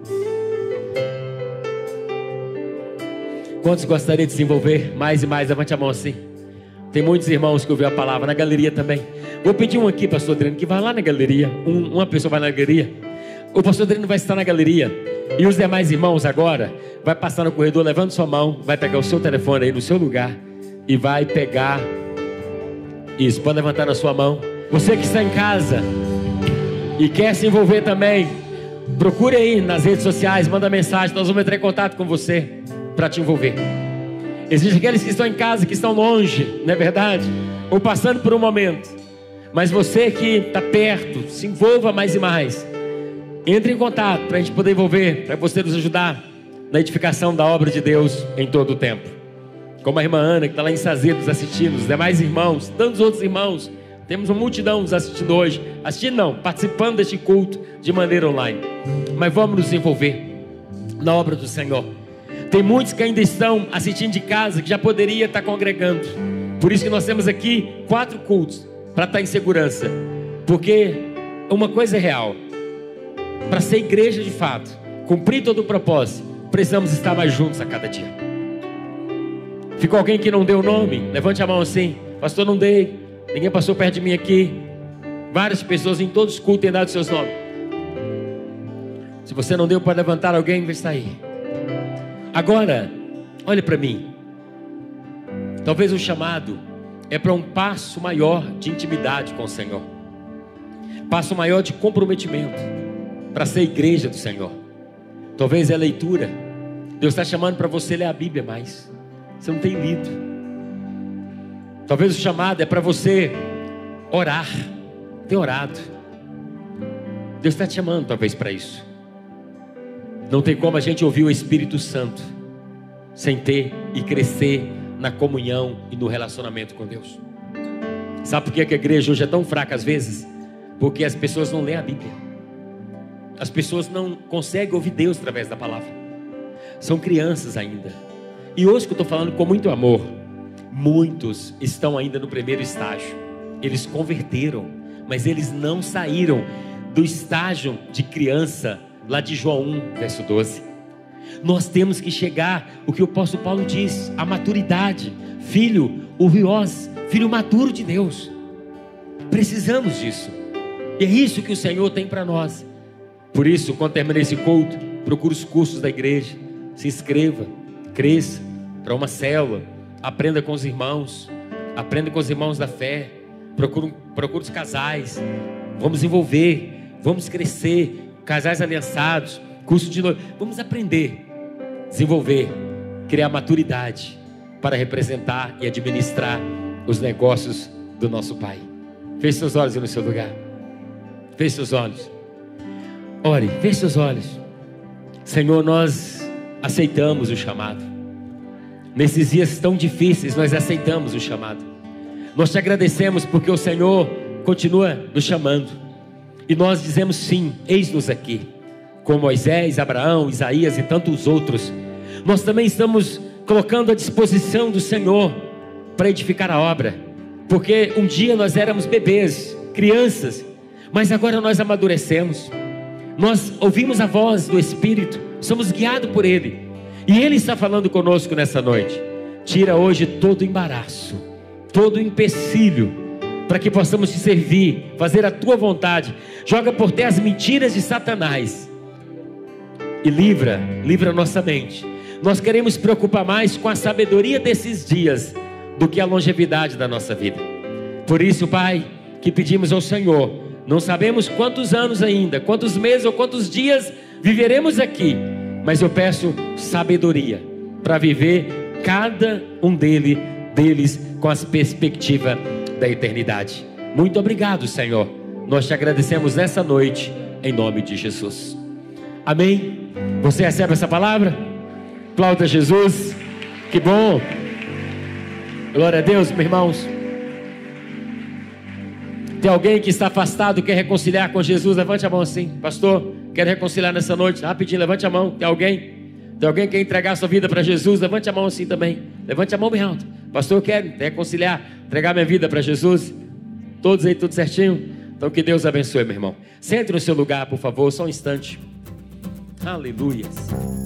Quantos gostariam de se envolver mais e mais? Levante a mão assim. Tem muitos irmãos que ouviram a palavra, na galeria também. Vou pedir um aqui, pastor Adriano, que vai lá na galeria. Um, uma pessoa vai na galeria. O pastor Adriano vai estar na galeria. E os demais irmãos agora, vai passar no corredor, levando sua mão, vai pegar o seu telefone aí no seu lugar e vai pegar isso, pode levantar na sua mão. Você que está em casa e quer se envolver também, procure aí nas redes sociais, manda mensagem, nós vamos entrar em contato com você para te envolver. Existem aqueles que estão em casa, que estão longe, não é verdade? Ou passando por um momento. Mas você que está perto, se envolva mais e mais. Entre em contato para a gente poder envolver, para você nos ajudar na edificação da obra de Deus em todo o tempo. Como a irmã Ana, que está lá em Sazedo nos assistindo, os demais irmãos, tantos outros irmãos. Temos uma multidão nos assistindo hoje. Assistindo não, participando deste culto de maneira online. Mas vamos nos envolver na obra do Senhor. Tem muitos que ainda estão assistindo de casa, que já poderia estar congregando. Por isso que nós temos aqui quatro cultos, para estar em segurança. Porque uma coisa é real: para ser igreja de fato, cumprir todo o propósito, precisamos estar mais juntos a cada dia. Ficou alguém que não deu o nome? Levante a mão assim. Pastor, não dei. Ninguém passou perto de mim aqui. Várias pessoas em todos os cultos têm dado seus nomes. Se você não deu, pode levantar alguém e vai sair. Agora, olhe para mim. Talvez o chamado é para um passo maior de intimidade com o Senhor. Passo maior de comprometimento para ser igreja do Senhor. Talvez é a leitura. Deus está chamando para você ler a Bíblia mais. Você não tem lido. Talvez o chamado é para você orar. Tem orado. Deus está te chamando talvez para isso. Não tem como a gente ouvir o Espírito Santo sem ter e crescer na comunhão e no relacionamento com Deus. Sabe por que a igreja hoje é tão fraca às vezes? Porque as pessoas não lêem a Bíblia. As pessoas não conseguem ouvir Deus através da palavra. São crianças ainda. E hoje que eu estou falando com muito amor, muitos estão ainda no primeiro estágio. Eles converteram, mas eles não saíram do estágio de criança, lá de João um, verso doze. Nós temos que chegar, o que o apóstolo Paulo diz, a maturidade. Filho, o riós, filho maduro de Deus. Precisamos disso. E é isso que o Senhor tem para nós. Por isso, quando terminar esse culto, procure os cursos da igreja, se inscreva, cresça para uma célula, aprenda com os irmãos, aprenda com os irmãos da fé, procure, procure os casais, vamos envolver, vamos crescer, casais aliançados, curso de noivo, vamos aprender, desenvolver, criar maturidade para representar e administrar os negócios do nosso Pai. Feche seus olhos no seu lugar, feche seus olhos, ore, feche seus olhos. Senhor, nós aceitamos o chamado. Nesses dias tão difíceis, nós aceitamos o chamado. Nós te agradecemos porque o Senhor continua nos chamando. E nós dizemos sim, eis-nos aqui. Como Moisés, Abraão, Isaías e tantos outros. Nós também estamos colocando à disposição do Senhor para edificar a obra. Porque um dia nós éramos bebês, crianças, mas agora nós amadurecemos. Nós ouvimos a voz do Espírito, somos guiados por Ele. E Ele está falando conosco nessa noite. Tira hoje todo o embaraço, todo o empecilho, para que possamos te servir, fazer a tua vontade. Joga por terra as mentiras de Satanás e livra, livra a nossa mente. Nós queremos preocupar mais com a sabedoria desses dias do que a longevidade da nossa vida. Por isso, Pai, que pedimos ao Senhor, não sabemos quantos anos ainda, quantos meses ou quantos dias viveremos aqui, mas eu peço sabedoria para viver cada um dele, deles com as perspectivas da eternidade. Muito obrigado, Senhor. Nós te agradecemos nessa noite, em nome de Jesus. Amém? Você recebe essa palavra? Aplauda Jesus. Que bom. Glória a Deus, meus irmãos. Tem alguém que está afastado e quer reconciliar com Jesus? Levante a mão assim. Pastor, quero reconciliar nessa noite. Rapidinho, levante a mão. Tem alguém? Tem alguém que quer entregar a sua vida para Jesus? Levante a mão assim também. Levante a mão bem alto. Pastor, eu quero reconciliar, entregar minha vida para Jesus. Todos aí, tudo certinho? Então que Deus abençoe, meu irmão. Sente no seu lugar, por favor, só um instante. Aleluia.